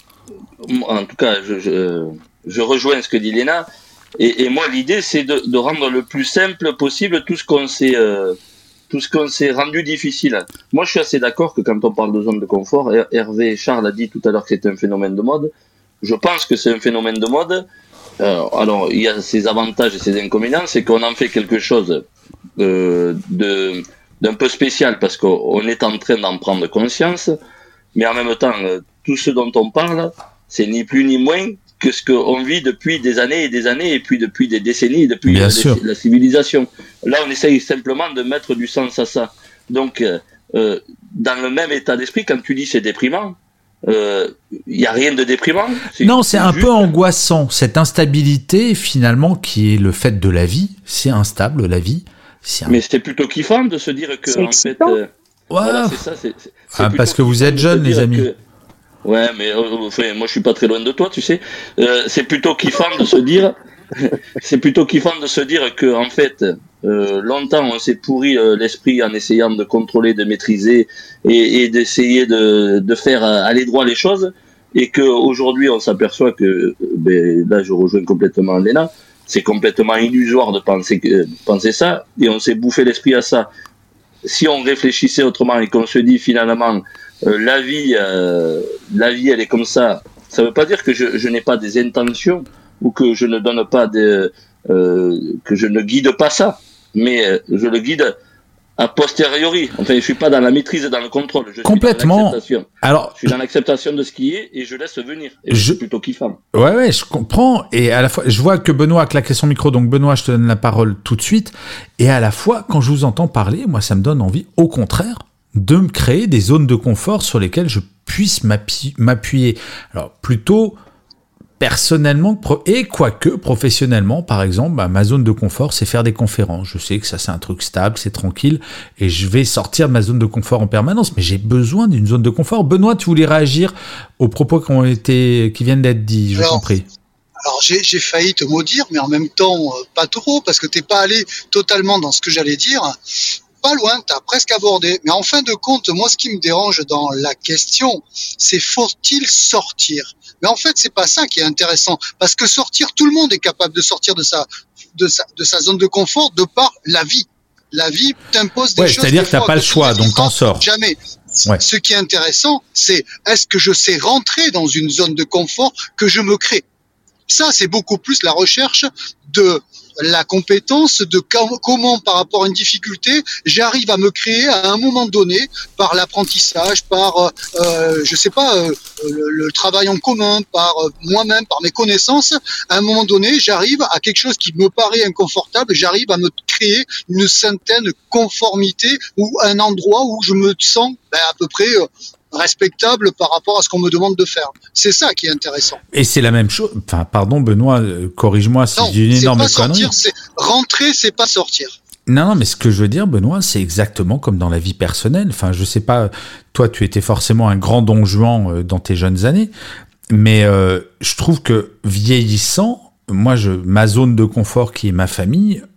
en tout cas, je, je, je rejoins ce que dit Léna. Et, et moi, l'idée, c'est de, de rendre le plus simple possible tout ce qu'on s'est, euh, tout ce qu'on s'est rendu difficile. Moi, je suis assez d'accord que quand on parle de zone de confort, Hervé Charles a dit tout à l'heure que c'était un phénomène de mode. Je pense que c'est un phénomène de mode. Euh, alors, il y a ses avantages et ses inconvénients, c'est qu'on en fait quelque chose euh, de, d'un peu spécial parce qu'on est en train d'en prendre conscience, mais en même temps, euh, tout ce dont on parle, c'est ni plus ni moins que ce qu'on vit depuis des années et des années, et puis depuis des décennies, depuis la, la civilisation. Là, on essaye simplement de mettre du sens à ça. Donc, euh, euh, dans le même état d'esprit, quand tu dis c'est déprimant, il euh, n'y a rien de déprimant. C'est, non, c'est, c'est un juste... peu angoissant. Cette instabilité, finalement, qui est le fait de la vie, c'est instable, la vie. C'est un... Mais c'est plutôt kiffant de se dire que, c'est en fait... Euh, voilà, c'est ça. C'est, c'est, c'est ah, parce que vous êtes jeunes, les amis. Que... Ouais, mais euh, enfin, moi, je suis pas très loin de toi, tu sais. Euh, c'est plutôt kiffant de se dire... c'est plutôt kiffant de se dire que, en fait... Euh, longtemps on s'est pourri euh, l'esprit en essayant de contrôler, de maîtriser et, et d'essayer de, de faire euh, aller droit les choses, et qu'aujourd'hui on s'aperçoit que, euh, ben, là je rejoins complètement Léna, c'est complètement illusoire de penser, que, de penser ça, et on s'est bouffé l'esprit à ça. Si on réfléchissait autrement et qu'on se dit finalement euh, la vie euh, la vie elle est comme ça, ça veut pas dire que je, je n'ai pas des intentions ou que je ne donne pas de, euh, que je ne guide pas ça, mais euh, je le guide a posteriori. Enfin, je suis pas dans la maîtrise et dans le contrôle. Je Complètement. Suis dans l'acceptation. Alors, je suis dans l'acceptation de ce qui est et je laisse venir. Et je... c'est plutôt kiffant. Ouais, ouais, je comprends. Et à la fois, je vois que Benoît a claqué son micro, donc Benoît, je te donne la parole tout de suite. Et à la fois, quand je vous entends parler, moi, ça me donne envie, au contraire, de me créer des zones de confort sur lesquelles je puisse m'appuyer. m'appuyer. Alors, plutôt personnellement et quoique professionnellement, par exemple, bah, ma zone de confort, c'est faire des conférences. Je sais que ça, c'est un truc stable, c'est tranquille, et je vais sortir de ma zone de confort en permanence, mais j'ai besoin d'une zone de confort. Benoît, tu voulais réagir aux propos qui ont été, qui viennent d'être dits, je t'en prie. Alors, j'ai, j'ai failli te maudire, mais en même temps, euh, pas trop, parce que t'es pas allé totalement dans ce que j'allais dire. Pas loin, tu as presque abordé. Mais en fin de compte, moi, ce qui me dérange dans la question, c'est faut-il sortir ? Mais en fait, c'est pas ça qui est intéressant. Parce que sortir, tout le monde est capable de sortir de sa, de sa, de sa zone de confort de par la vie. La vie t'impose des ouais, choses. C'est-à-dire que t'as pas le choix, donc t'en sors. Jamais. Ouais. Ce qui est intéressant, c'est est-ce que je sais rentrer dans une zone de confort que je me crée ? Ça, c'est beaucoup plus la recherche de la compétence de comment, par rapport à une difficulté, j'arrive à me créer à un moment donné, par l'apprentissage, par, euh, je sais pas, euh, le, le travail en commun, par euh, moi-même, par mes connaissances, à un moment donné, j'arrive à quelque chose qui me paraît inconfortable, j'arrive à me créer une certaine conformité ou un endroit où je me sens ben, à peu près... Euh, respectable par rapport à ce qu'on me demande de faire. C'est ça qui est intéressant. Et c'est la même chose, enfin pardon Benoît, corrige-moi si j'ai une énorme connerie. Non, c'est pas sortir, c'est rentrer, c'est pas sortir. Non, non, mais ce que je veux dire Benoît, c'est exactement comme dans la vie personnelle. Enfin, je sais pas, toi tu étais forcément un grand Don Juan dans tes jeunes années, mais euh, je trouve que vieillissant, moi je, ma zone de confort qui est ma famille,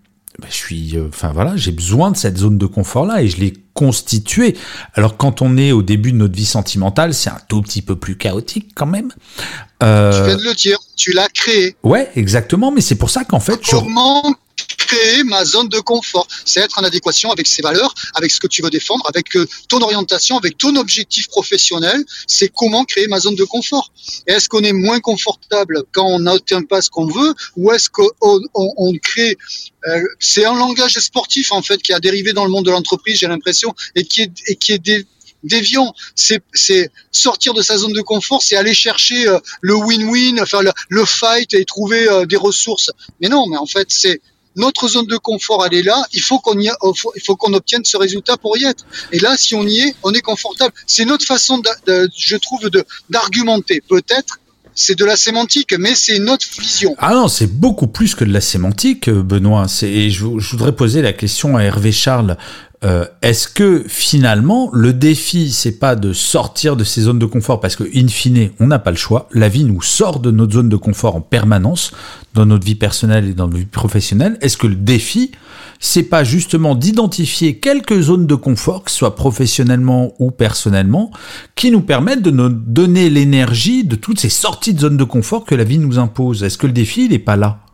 bah, je suis, enfin euh, voilà, j'ai besoin de cette zone de confort-là et je l'ai constituée. Alors quand on est au début de notre vie sentimentale, c'est un tout petit peu plus chaotique quand même. Euh... Tu viens de le dire, tu l'as créé. Ouais, exactement, mais c'est pour ça qu'en fait... Comment je... créer ma zone de confort? C'est être en adéquation avec ses valeurs, avec ce que tu veux défendre, avec ton orientation, avec ton objectif professionnel. C'est comment créer ma zone de confort. Est-ce qu'on est moins confortable quand on n'atteint pas ce qu'on veut, ou est-ce qu'on on, on crée... Euh, c'est un langage sportif en fait qui a dérivé dans le monde de l'entreprise, j'ai l'impression, et qui est, et qui est dé... déviant. C'est, c'est sortir de sa zone de confort, c'est aller chercher euh, le win-win, enfin le, le fight et trouver euh, des ressources. Mais non, mais en fait, c'est notre zone de confort, elle est là. Il faut qu'on y a, il faut qu'on obtienne ce résultat pour y être. Et là, si on y est, on est confortable. C'est notre façon, de, de, je trouve, de d'argumenter. Peut-être. C'est de la sémantique, mais c'est notre vision. Ah non, c'est beaucoup plus que de la sémantique, Benoît. C'est, et je, je voudrais poser la question à Hervé Charles. Euh, est-ce que finalement le défi c'est pas de sortir de ces zones de confort, parce que in fine on n'a pas le choix, la vie nous sort de notre zone de confort en permanence dans notre vie personnelle et dans notre vie professionnelle. Est-ce que le défi c'est pas justement d'identifier quelques zones de confort, que ce soit professionnellement ou personnellement, qui nous permettent de nous donner l'énergie de toutes ces sorties de zones de confort que la vie nous impose? Est-ce que le défi il est pas là?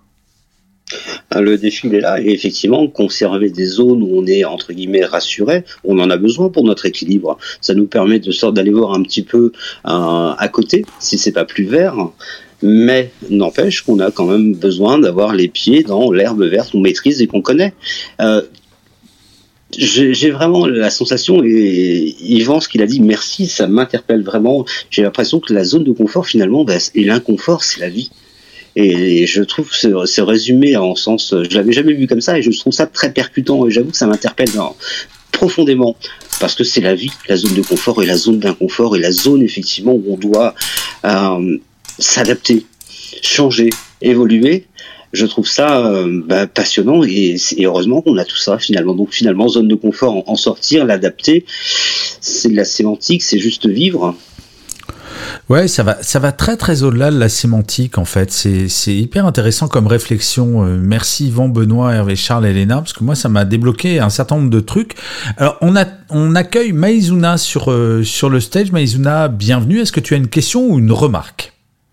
Le défi il est là, et effectivement conserver des zones où on est entre guillemets rassuré, on en a besoin pour notre équilibre. Ça nous permet de sorte d'aller voir un petit peu euh, à côté si c'est pas plus vert, mais n'empêche qu'on a quand même besoin d'avoir les pieds dans l'herbe verte qu'on maîtrise et qu'on connaît. Euh, J'ai, j'ai vraiment la sensation, et Yvan, ce qu'il a dit, merci, ça m'interpelle vraiment. J'ai l'impression que la zone de confort finalement, bah, et l'inconfort, c'est la vie. Et je trouve ce, ce résumé en sens, je l'avais jamais vu comme ça, et je trouve ça très percutant, et j'avoue que ça m'interpelle non, profondément, parce que c'est la vie, la zone de confort et la zone d'inconfort, et la zone effectivement où on doit euh, s'adapter, changer, évoluer. Je trouve ça euh, bah, passionnant, et, et heureusement qu'on a tout ça finalement. Donc finalement, zone de confort, en, en sortir, l'adapter, c'est de la sémantique, c'est juste vivre. Ouais, ça va, ça va très très au-delà de la sémantique en fait. C'est, c'est hyper intéressant comme réflexion. Euh, merci Yvan, Benoît, Hervé, Charles, Elena, parce que moi ça m'a débloqué un certain nombre de trucs. Alors on a, on accueille Maïzouna sur euh, sur le stage. Maïzouna, bienvenue. Est-ce que tu as une question ou une remarque?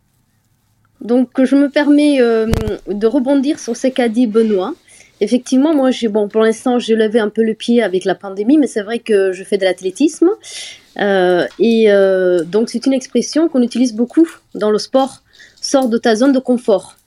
Donc je me permets euh, de rebondir sur ce qu'a dit Benoît. Effectivement, moi, j'ai, bon, pour l'instant, j'ai levé un peu le pied avec la pandémie, mais c'est vrai que je fais de l'athlétisme. Euh, et euh, donc, c'est une expression qu'on utilise beaucoup dans le sport. Sors de ta zone de confort.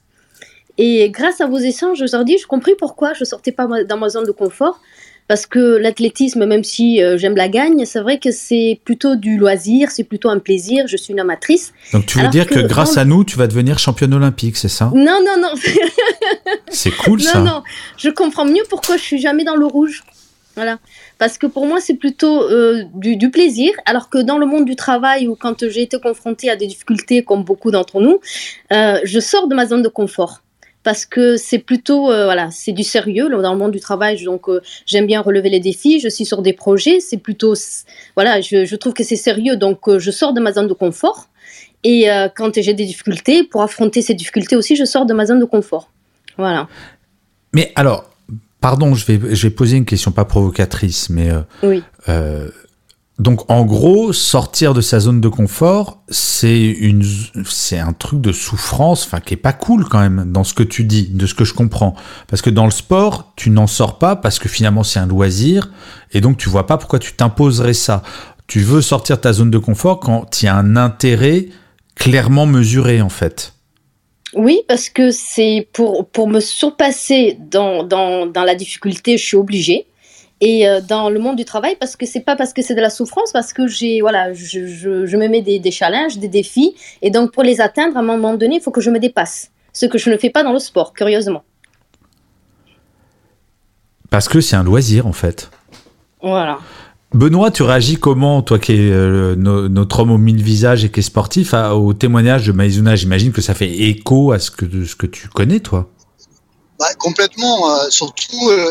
Et grâce à vos échanges aujourd'hui, j'ai compris pourquoi je ne sortais pas dans ma zone de confort. Parce que l'athlétisme, même si euh, j'aime la gagne, c'est vrai que c'est plutôt du loisir, c'est plutôt un plaisir, je suis une amatrice. Donc tu veux Alors dire que, que grâce dans... à nous, tu vas devenir championne olympique, c'est ça? Non, non, non. C'est cool ça. Non, non, je comprends mieux pourquoi je suis jamais dans le rouge. Voilà. Parce que pour moi, c'est plutôt euh, du, du plaisir, alors que dans le monde du travail, ou quand j'ai été confrontée à des difficultés, comme beaucoup d'entre nous, euh, je sors de ma zone de confort. Parce que c'est plutôt, euh, voilà, c'est du sérieux dans le monde du travail. Donc, euh, j'aime bien relever les défis. Je suis sur des projets. C'est plutôt, voilà, je, je trouve que c'est sérieux. Donc, euh, je sors de ma zone de confort. Et euh, quand j'ai des difficultés, pour affronter ces difficultés aussi, je sors de ma zone de confort. Voilà. Mais alors, pardon, je vais, je vais poser une question pas provocatrice, mais euh, oui. Euh, donc, en gros, sortir de sa zone de confort, c'est une, c'est un truc de souffrance, enfin, qui est pas cool quand même, dans ce que tu dis, de ce que je comprends. Parce que dans le sport, tu n'en sors pas parce que finalement, c'est un loisir, et donc tu vois pas pourquoi tu t'imposerais ça. Tu veux sortir de ta zone de confort quand il y a un intérêt clairement mesuré, en fait. Oui, parce que c'est pour, pour me surpasser dans, dans, dans la difficulté, je suis obligée. Et euh, dans le monde du travail, parce que c'est pas parce que c'est de la souffrance, parce que j'ai, voilà, je, je, je me mets des, des challenges, des défis, et donc pour les atteindre, à un moment donné, il faut que je me dépasse. Ce que je ne fais pas dans le sport, curieusement. Parce que c'est un loisir, en fait. Voilà. Benoît, tu réagis comment, toi qui es euh, no, notre homme aux mille visages et qui est sportif, à, au témoignage de Maïzouna? J'imagine que ça fait écho à ce que, ce que tu connais, toi. Bah, complètement, euh, surtout euh,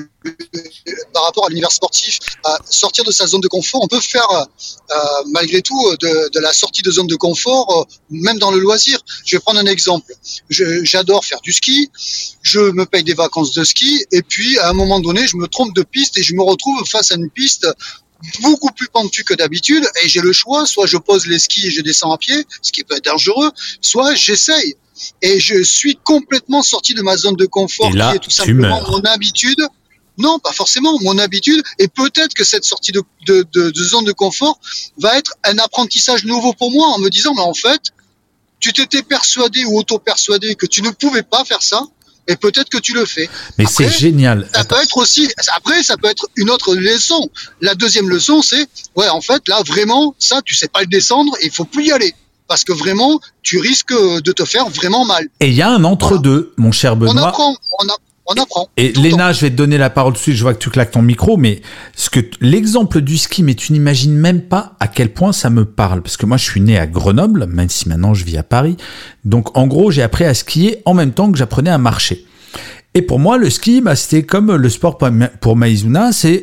par rapport à l'univers sportif. Euh, sortir de sa zone de confort, on peut faire euh, malgré tout de, de la sortie de zone de confort, euh, même dans le loisir. Je vais prendre un exemple. Je, j'adore faire du ski, je me paye des vacances de ski, et puis à un moment donné, je me trompe de piste et je me retrouve face à une piste beaucoup plus pentue que d'habitude, et j'ai le choix, soit je pose les skis et je descends à pied, ce qui peut être dangereux, soit j'essaye. Et je suis complètement sorti de ma zone de confort, là, qui est tout simplement meurs. mon habitude. Non, pas forcément, mon habitude. Et peut-être que cette sortie de, de, de, de zone de confort va être un apprentissage nouveau pour moi, en me disant, mais en fait, tu t'étais persuadé ou auto-persuadé que tu ne pouvais pas faire ça, et peut-être que tu le fais. Mais Après, c'est génial. Ça Attends. peut être aussi, après, ça peut être une autre leçon. La deuxième leçon, c'est, ouais, en fait, là, vraiment, ça, tu sais pas le descendre, et il faut plus y aller. Parce que vraiment, tu risques de te faire vraiment mal. Et il y a un entre-deux, mon cher Benoît. On apprend, on, a, on apprend. Et Léna, je vais te donner la parole tout de suite, je vois que tu claques ton micro, mais ce que l'exemple du ski, mais tu n'imagines même pas à quel point ça me parle. Parce que moi, je suis né à Grenoble, même si maintenant je vis à Paris. Donc, en gros, j'ai appris à skier en même temps que j'apprenais à marcher. Et pour moi, le ski, bah, c'était comme le sport pour Maïzuna, c'est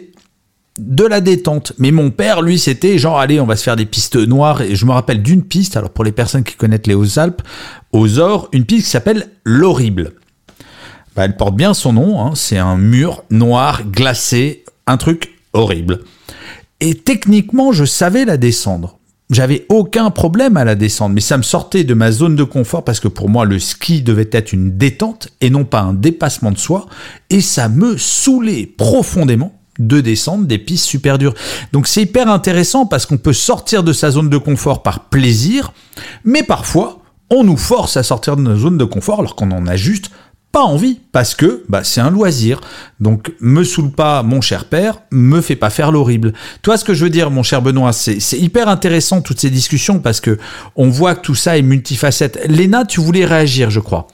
de la détente. Mais mon père, lui, c'était genre, allez, on va se faire des pistes noires. Et je me rappelle d'une piste, alors pour les personnes qui connaissent les Hautes-Alpes, aux Ors, une piste qui s'appelle l'Horrible. Bah, elle porte bien son nom, hein, c'est un mur noir, glacé, un truc horrible. Et techniquement, je savais la descendre. J'avais aucun problème à la descendre, mais ça me sortait de ma zone de confort parce que pour moi, le ski devait être une détente et non pas un dépassement de soi. Et ça me saoulait profondément de descendre des pistes super dures. Donc c'est hyper intéressant parce qu'on peut sortir de sa zone de confort par plaisir, mais parfois on nous force à sortir de notre zone de confort alors qu'on en a juste pas envie, parce que bah, c'est un loisir. Donc me saoule pas, mon cher père, me fais pas faire l'horrible. Toi, ce que je veux dire, mon cher Benoît, c'est, c'est hyper intéressant toutes ces discussions parce que on voit que tout ça est multifacette. Léna, tu voulais réagir, je crois.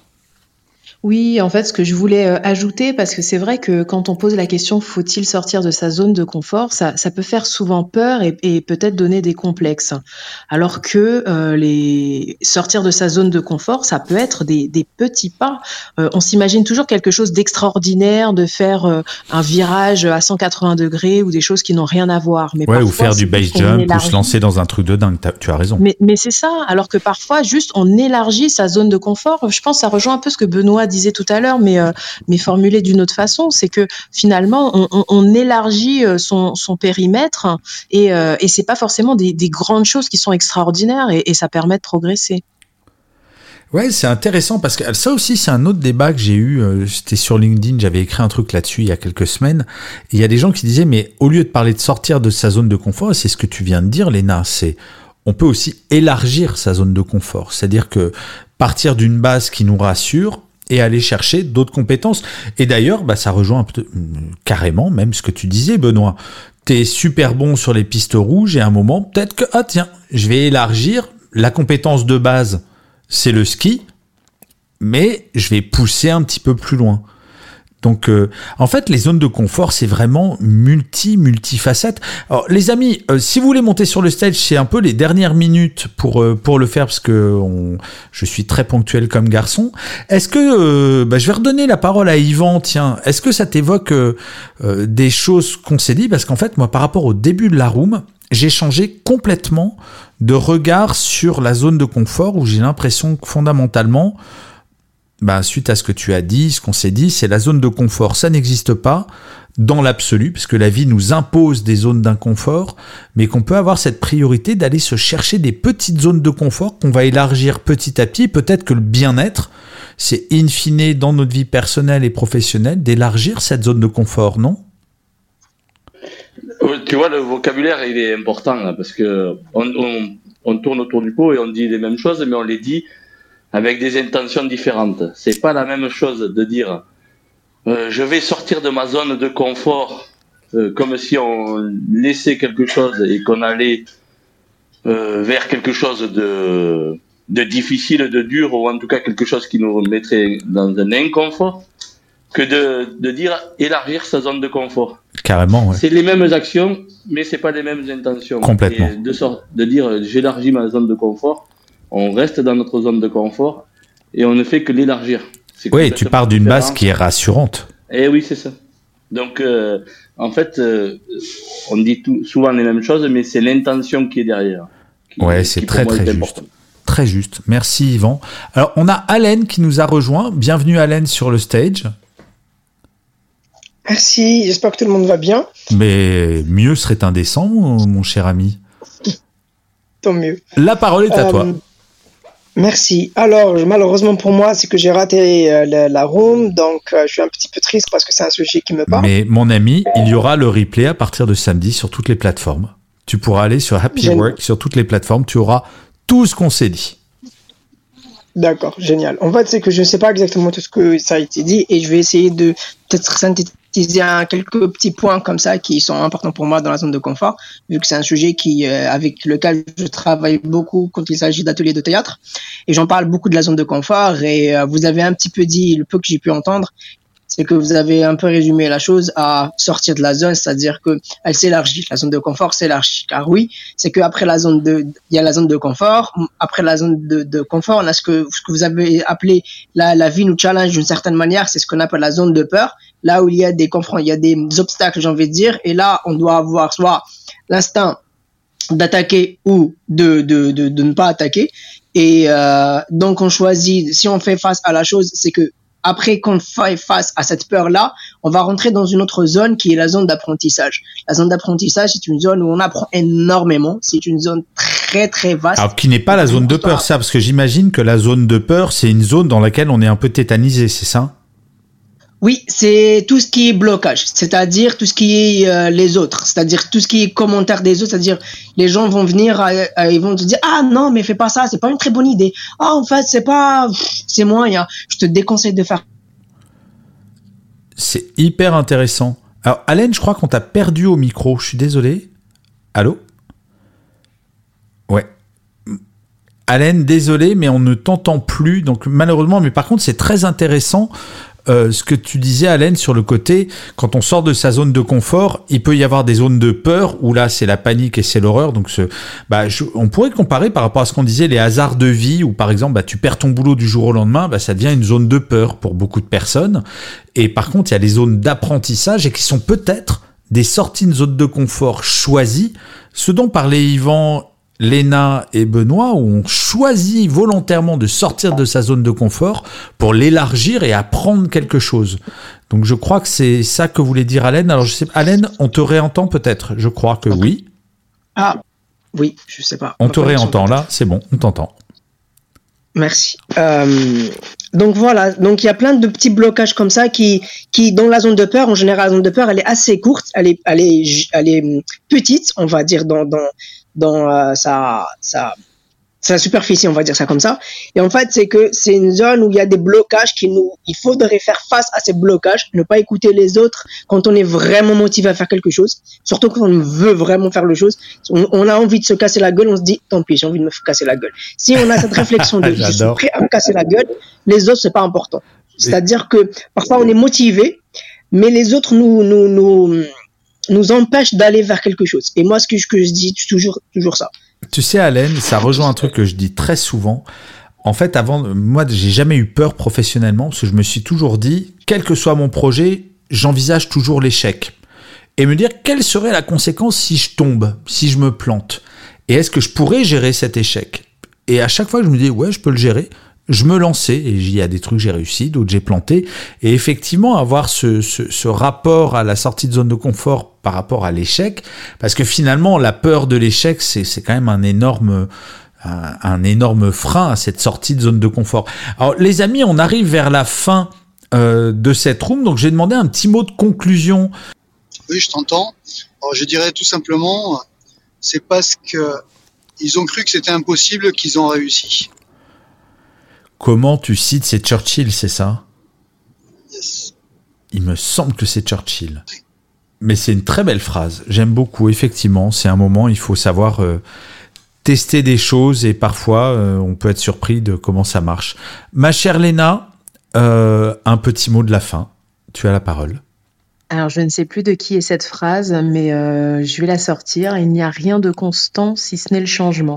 Oui, en fait, ce que je voulais euh, ajouter, parce que c'est vrai que quand on pose la question, faut-il sortir de sa zone de confort, ça, ça peut faire souvent peur et, et peut-être donner des complexes. Alors que euh, les sortir de sa zone de confort, ça peut être des, des petits pas. Euh, on s'imagine toujours quelque chose d'extraordinaire, de faire euh, un virage à cent quatre-vingts degrés ou des choses qui n'ont rien à voir. Mais ouais, parfois, ou faire du base jump ou se lancer dans un truc de dingue. T'as, tu as raison. Mais, mais c'est ça. Alors que parfois, juste on élargit sa zone de confort. Je pense que ça rejoint un peu ce que Benoît disait tout à l'heure, mais, euh, mais formulé d'une autre façon, c'est que finalement, on, on, on élargit son, son périmètre et, euh, et c'est pas forcément des, des grandes choses qui sont extraordinaires et, et ça permet de progresser. Ouais, c'est intéressant parce que ça aussi, c'est un autre débat que j'ai eu. Euh, c'était sur LinkedIn, j'avais écrit un truc là-dessus il y a quelques semaines. Il y a des gens qui disaient, mais au lieu de parler de sortir de sa zone de confort, c'est ce que tu viens de dire, Léna, c'est on peut aussi élargir sa zone de confort. C'est-à-dire que partir d'une base qui nous rassure et aller chercher d'autres compétences. Et d'ailleurs, bah, ça rejoint un peu, carrément même ce que tu disais, Benoît. T'es super bon sur les pistes rouges et à un moment, peut-être que, ah tiens, je vais élargir la compétence de base. C'est le ski, mais je vais pousser un petit peu plus loin. Donc, euh, en fait, les zones de confort, c'est vraiment multi, multifacette. Alors, les amis, euh, si vous voulez monter sur le stage, c'est un peu les dernières minutes pour euh, pour le faire parce que on, je suis très ponctuel comme garçon. Est-ce que euh, bah, je vais redonner la parole à Yvan. Tiens, est-ce que ça t'évoque euh, euh, des choses qu'on s'est dit? Parce qu'en fait, moi, par rapport au début de la room, j'ai changé complètement de regard sur la zone de confort où j'ai l'impression que fondamentalement, bah, suite à ce que tu as dit, ce qu'on s'est dit, c'est la zone de confort. Ça n'existe pas dans l'absolu, parce que la vie nous impose des zones d'inconfort, mais qu'on peut avoir cette priorité d'aller se chercher des petites zones de confort qu'on va élargir petit à petit. Peut-être que le bien-être, c'est in fine dans notre vie personnelle et professionnelle d'élargir cette zone de confort, non ? Tu vois, le vocabulaire, il est important, là, parce que on, on, on tourne autour du pot et on dit les mêmes choses, mais on les dit avec des intentions différentes. C'est pas la même chose de dire euh, je vais sortir de ma zone de confort euh, comme si on laissait quelque chose et qu'on allait euh, vers quelque chose de, de difficile, de dur, ou en tout cas quelque chose qui nous mettrait dans un inconfort, que de, de dire élargir sa zone de confort. Carrément, ouais. C'est les mêmes actions, mais c'est pas les mêmes intentions. Complètement. Et de sorte de dire j'élargis ma zone de confort, on reste dans notre zone de confort et on ne fait que l'élargir. Oui, tu pars d'une base qui est rassurante. Eh oui, c'est ça. Donc, euh, en fait, euh, on dit tout, souvent les mêmes choses, mais c'est l'intention qui est derrière. Qui, ouais, c'est qui très très juste. Important. Très juste. Merci Yvan. Alors, on a Allen qui nous a rejoint. Bienvenue Allen sur le stage. Merci, j'espère que tout le monde va bien. Mais mieux serait indécent, mon cher ami. Tant mieux. La parole est à euh, toi. Merci. Alors, malheureusement pour moi, c'est que j'ai raté euh, la, la room, donc euh, je suis un petit peu triste parce que c'est un sujet qui me parle. Mais mon ami, il y aura le replay à partir de samedi sur toutes les plateformes. Tu pourras aller sur Happy Génial. Work, sur toutes les plateformes, tu auras tout ce qu'on s'est dit. D'accord, génial. En fait, c'est que je ne sais pas exactement tout ce que ça a été dit et je vais essayer de peut-être synthétiser quelques petits points comme ça qui sont importants pour moi dans la zone de confort, vu que c'est un sujet qui, euh, avec lequel je travaille beaucoup quand il s'agit d'ateliers de théâtre. Et j'en parle beaucoup de la zone de confort et euh, vous avez un petit peu dit, le peu que j'ai pu entendre, c'est que vous avez un peu résumé la chose à sortir de la zone, c'est-à-dire que elle s'élargit, la zone de confort s'élargit. Car oui, c'est que après la zone de, il y a la zone de confort. Après la zone de, de confort, on a ce que, ce que vous avez appelé la, la vie nous challenge d'une certaine manière. C'est ce qu'on appelle la zone de peur. Là où il y a des confronts, il y a des obstacles, j'ai envie de dire. Et là, on doit avoir soit l'instinct d'attaquer ou de, de, de, de ne pas attaquer. Et euh, donc, on choisit, si on fait face à la chose, c'est que après qu'on fasse face à cette peur-là, on va rentrer dans une autre zone qui est la zone d'apprentissage. La zone d'apprentissage, c'est une zone où on apprend énormément. C'est une zone très, très vaste. Alors, qui n'est pas la zone de peur, ça, parce que j'imagine que la zone de peur, c'est une zone dans laquelle on est un peu tétanisé, c'est ça ? Oui, c'est tout ce qui est blocage, c'est-à-dire tout ce qui est euh, les autres, c'est-à-dire tout ce qui est commentaire des autres, c'est-à-dire les gens vont venir, euh, euh, ils vont te dire ah non mais fais pas ça, c'est pas une très bonne idée. Ah en fait c'est pas, c'est moyen. Je te déconseille de faire. C'est hyper intéressant. Alors Allen, je crois qu'on t'a perdu au micro. Je suis désolé. Allô ? Ouais. Allen, désolé, mais on ne t'entend plus. Donc malheureusement, mais par contre c'est très intéressant. Euh, ce que tu disais, Allen, sur le côté, quand on sort de sa zone de confort, il peut y avoir des zones de peur où là, c'est la panique et c'est l'horreur. Donc, ce, bah, je, on pourrait comparer par rapport à ce qu'on disait, les hasards de vie, où par exemple, bah, tu perds ton boulot du jour au lendemain, bah, ça devient une zone de peur pour beaucoup de personnes. Et par contre, il y a les zones d'apprentissage et qui sont peut-être des sorties de zone de confort choisies, ce dont parlait Yvan, Léna et Benoît, où on choisit volontairement de sortir de sa zone de confort pour l'élargir et apprendre quelque chose. Donc je crois que c'est ça que voulait dire Allen. Alors je sais pas, Allen, on te réentend peut-être ? Je crois que oui. Ah, oui, je sais pas. On te réentend là, c'est bon, on t'entend. Merci. Euh, donc voilà, donc il y a plein de petits blocages comme ça qui, qui dans la zone de peur, en général, la zone de peur, elle est assez courte, elle est, elle est, elle est petite, on va dire dans, dans, dans euh, sa, sa, sa superficie, on va dire ça comme ça. Et en fait, c'est que c'est une zone où il y a des blocages qui nous, il faudrait faire face à ces blocages, ne pas écouter les autres quand on est vraiment motivé à faire quelque chose, surtout quand on veut vraiment faire le chose. On, on a envie de se casser la gueule, on se dit, tant pis, j'ai envie de me casser la gueule. Si on a cette réflexion de, je suis prêt à me casser la gueule, les autres, c'est pas important. C'est-à-dire que parfois on est motivé, mais les autres nous, nous, nous, nous empêchent d'aller vers quelque chose. Et moi, ce que, que je dis, toujours, toujours ça. Tu sais, Allen, ça rejoint un truc que je dis très souvent. En fait, avant, moi, j'ai jamais eu peur professionnellement parce que je me suis toujours dit, quel que soit mon projet, j'envisage toujours l'échec. Et me dire, quelle serait la conséquence si je tombe, si je me plante ? Et est-ce que je pourrais gérer cet échec ? Et à chaque fois que je me dis, ouais, je peux le gérer, je me lançais. Et il y a des trucs que j'ai réussi, d'autres j'ai planté. Et effectivement, avoir ce, ce, ce rapport à la sortie de zone de confort par rapport à l'échec, parce que finalement, la peur de l'échec, c'est, c'est quand même un énorme, un, un énorme frein à cette sortie de zone de confort. Alors, les amis, on arrive vers la fin euh, de cette room, donc j'ai demandé un petit mot de conclusion. Oui, je t'entends. Alors, je dirais tout simplement, c'est parce que ils ont cru que c'était impossible qu'ils ont réussi. Comment tu cites, c'est Churchill, c'est ça ? Yes. Il me semble que c'est Churchill. Mais c'est une très belle phrase. J'aime beaucoup, effectivement. C'est un moment, il faut savoir euh, tester des choses et parfois, euh, on peut être surpris de comment ça marche. Ma chère Léna, euh, un petit mot de la fin. Tu as la parole. Alors, je ne sais plus de qui est cette phrase, mais euh, je vais la sortir. Il n'y a rien de constant si ce n'est le changement.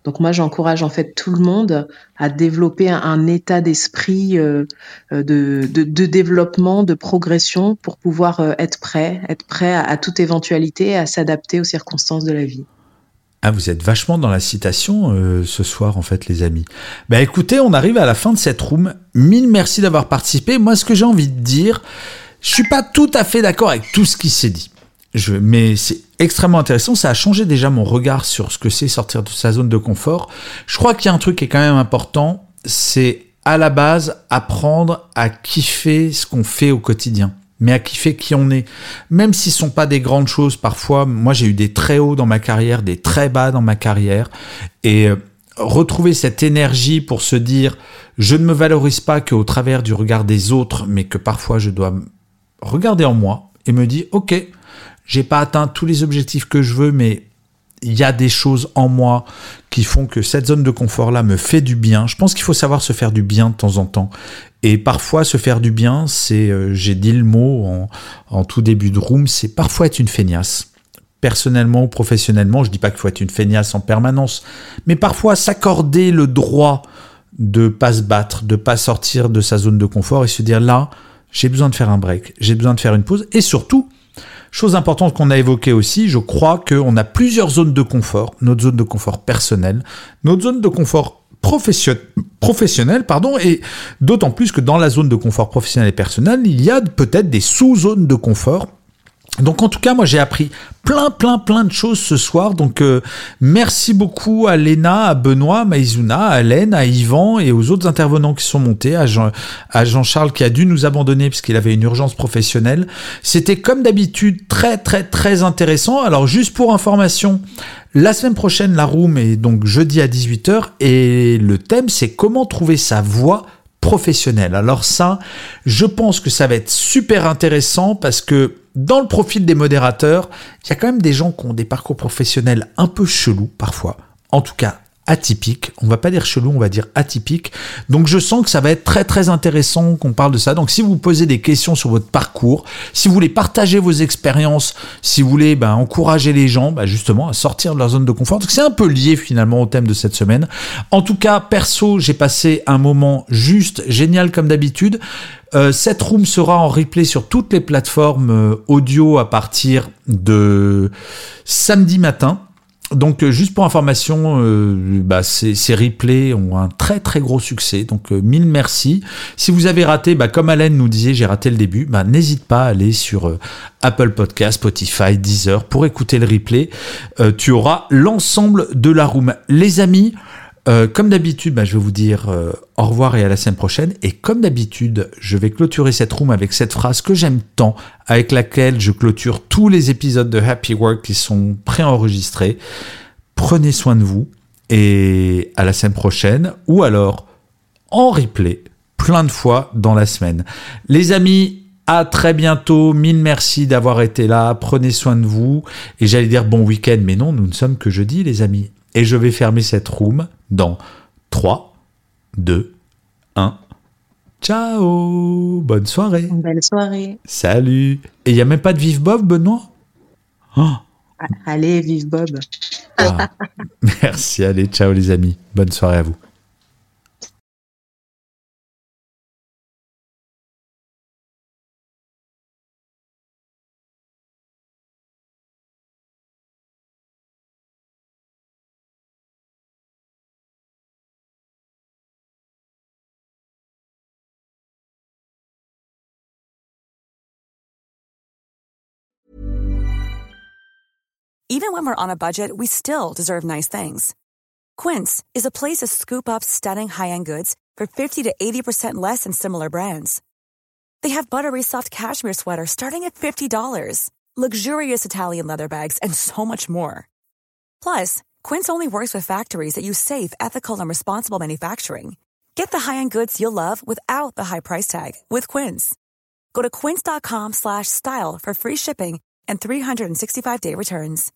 Donc moi, j'encourage en fait tout le monde à développer un, un état d'esprit euh, de, de, de développement, de progression pour pouvoir euh, être prêt, être prêt à, à toute éventualité, à s'adapter aux circonstances de la vie. Ah, vous êtes vachement dans la citation euh, ce soir, en fait, les amis. Bah écoutez, on arrive à la fin de cette room. Mille merci d'avoir participé. Moi, ce que j'ai envie de dire, je suis pas tout à fait d'accord avec tout ce qui s'est dit. Je, mais c'est extrêmement intéressant. Ça a changé déjà mon regard sur ce que c'est sortir de sa zone de confort. Je crois qu'il y a un truc qui est quand même important. C'est à la base apprendre à kiffer ce qu'on fait au quotidien. Mais à kiffer qui on est. Même si ce ne sont pas des grandes choses, parfois, moi j'ai eu des très hauts dans ma carrière, des très bas dans ma carrière. Et euh, retrouver cette énergie pour se dire, je ne me valorise pas qu'au travers du regard des autres, mais que parfois je dois regarder en moi et me dire, ok, j'ai pas atteint tous les objectifs que je veux, mais il y a des choses en moi qui font que cette zone de confort-là me fait du bien. Je pense qu'il faut savoir se faire du bien de temps en temps. Et parfois, se faire du bien, c'est, euh, j'ai dit le mot en, en tout début de room, c'est parfois être une feignasse. Personnellement ou professionnellement, je dis pas qu'il faut être une feignasse en permanence, mais parfois s'accorder le droit de pas se battre, de pas sortir de sa zone de confort et se dire là, j'ai besoin de faire un break, j'ai besoin de faire une pause. Et surtout, chose importante qu'on a évoquée aussi, je crois qu'on a plusieurs zones de confort, notre zone de confort personnelle, notre zone de confort profession- professionnelle, pardon, et d'autant plus que dans la zone de confort professionnel et personnel, il y a peut-être des sous-zones de confort. Donc en tout cas, moi j'ai appris plein, plein, plein de choses ce soir. Donc euh, merci beaucoup à Léna, à Benoît, à Maïzuna, à Hélène, à Yvan et aux autres intervenants qui sont montés, à, Jean, à Jean-Charles qui a dû nous abandonner parce qu'il avait une urgence professionnelle. C'était comme d'habitude très, très, très intéressant. Alors juste pour information, la semaine prochaine, la room est donc jeudi à dix-huit heures et le thème c'est comment trouver sa voie professionnelle. Alors ça, je pense que ça va être super intéressant parce que dans le profil des modérateurs, il y a quand même des gens qui ont des parcours professionnels un peu chelous parfois, en tout cas atypiques. On va pas dire chelou, on va dire atypique. Donc je sens que ça va être très très intéressant qu'on parle de ça. Donc si vous posez des questions sur votre parcours, si vous voulez partager vos expériences, si vous voulez ben, encourager les gens ben, justement à sortir de leur zone de confort, donc c'est un peu lié finalement au thème de cette semaine. En tout cas, perso, j'ai passé un moment juste génial comme d'habitude. Euh, cette room sera en replay sur toutes les plateformes euh, audio à partir de samedi matin. Donc euh, juste pour information, euh, bah, ces, ces replays ont un très très gros succès, donc euh, mille merci. Si vous avez raté, bah, comme Alain nous disait, j'ai raté le début, bah, n'hésite pas à aller sur euh, Apple Podcast, Spotify, Deezer pour écouter le replay. Euh, tu auras l'ensemble de la room. Les amis, Euh, comme d'habitude, bah, je vais vous dire euh, au revoir et à la semaine prochaine. Et comme d'habitude, je vais clôturer cette room avec cette phrase que j'aime tant, avec laquelle je clôture tous les épisodes de Happy Work qui sont préenregistrés. Prenez soin de vous et à la semaine prochaine ou alors en replay plein de fois dans la semaine. Les amis, à très bientôt. Mille merci d'avoir été là. Prenez soin de vous. Et j'allais dire bon week-end, mais non, nous ne sommes que jeudi, les amis. Et je vais fermer cette room dans trois, deux, un. Ciao. Bonne soirée. Belle soirée. Salut. Et il n'y a même pas de Vive Bob, Benoît? Oh. Allez, vive Bob. Ah. Merci. Allez, ciao les amis. Bonne soirée à vous. Even when we're on a budget, we still deserve nice things. Quince is a place to scoop up stunning high-end goods for fifty to eighty percent less than similar brands. They have buttery soft cashmere sweaters starting at fifty dollars, luxurious Italian leather bags, and so much more. Plus, Quince only works with factories that use safe, ethical, and responsible manufacturing. Get the high-end goods you'll love without the high price tag with Quince. Go to quince dot com slash style for free shipping and three sixty-five day returns.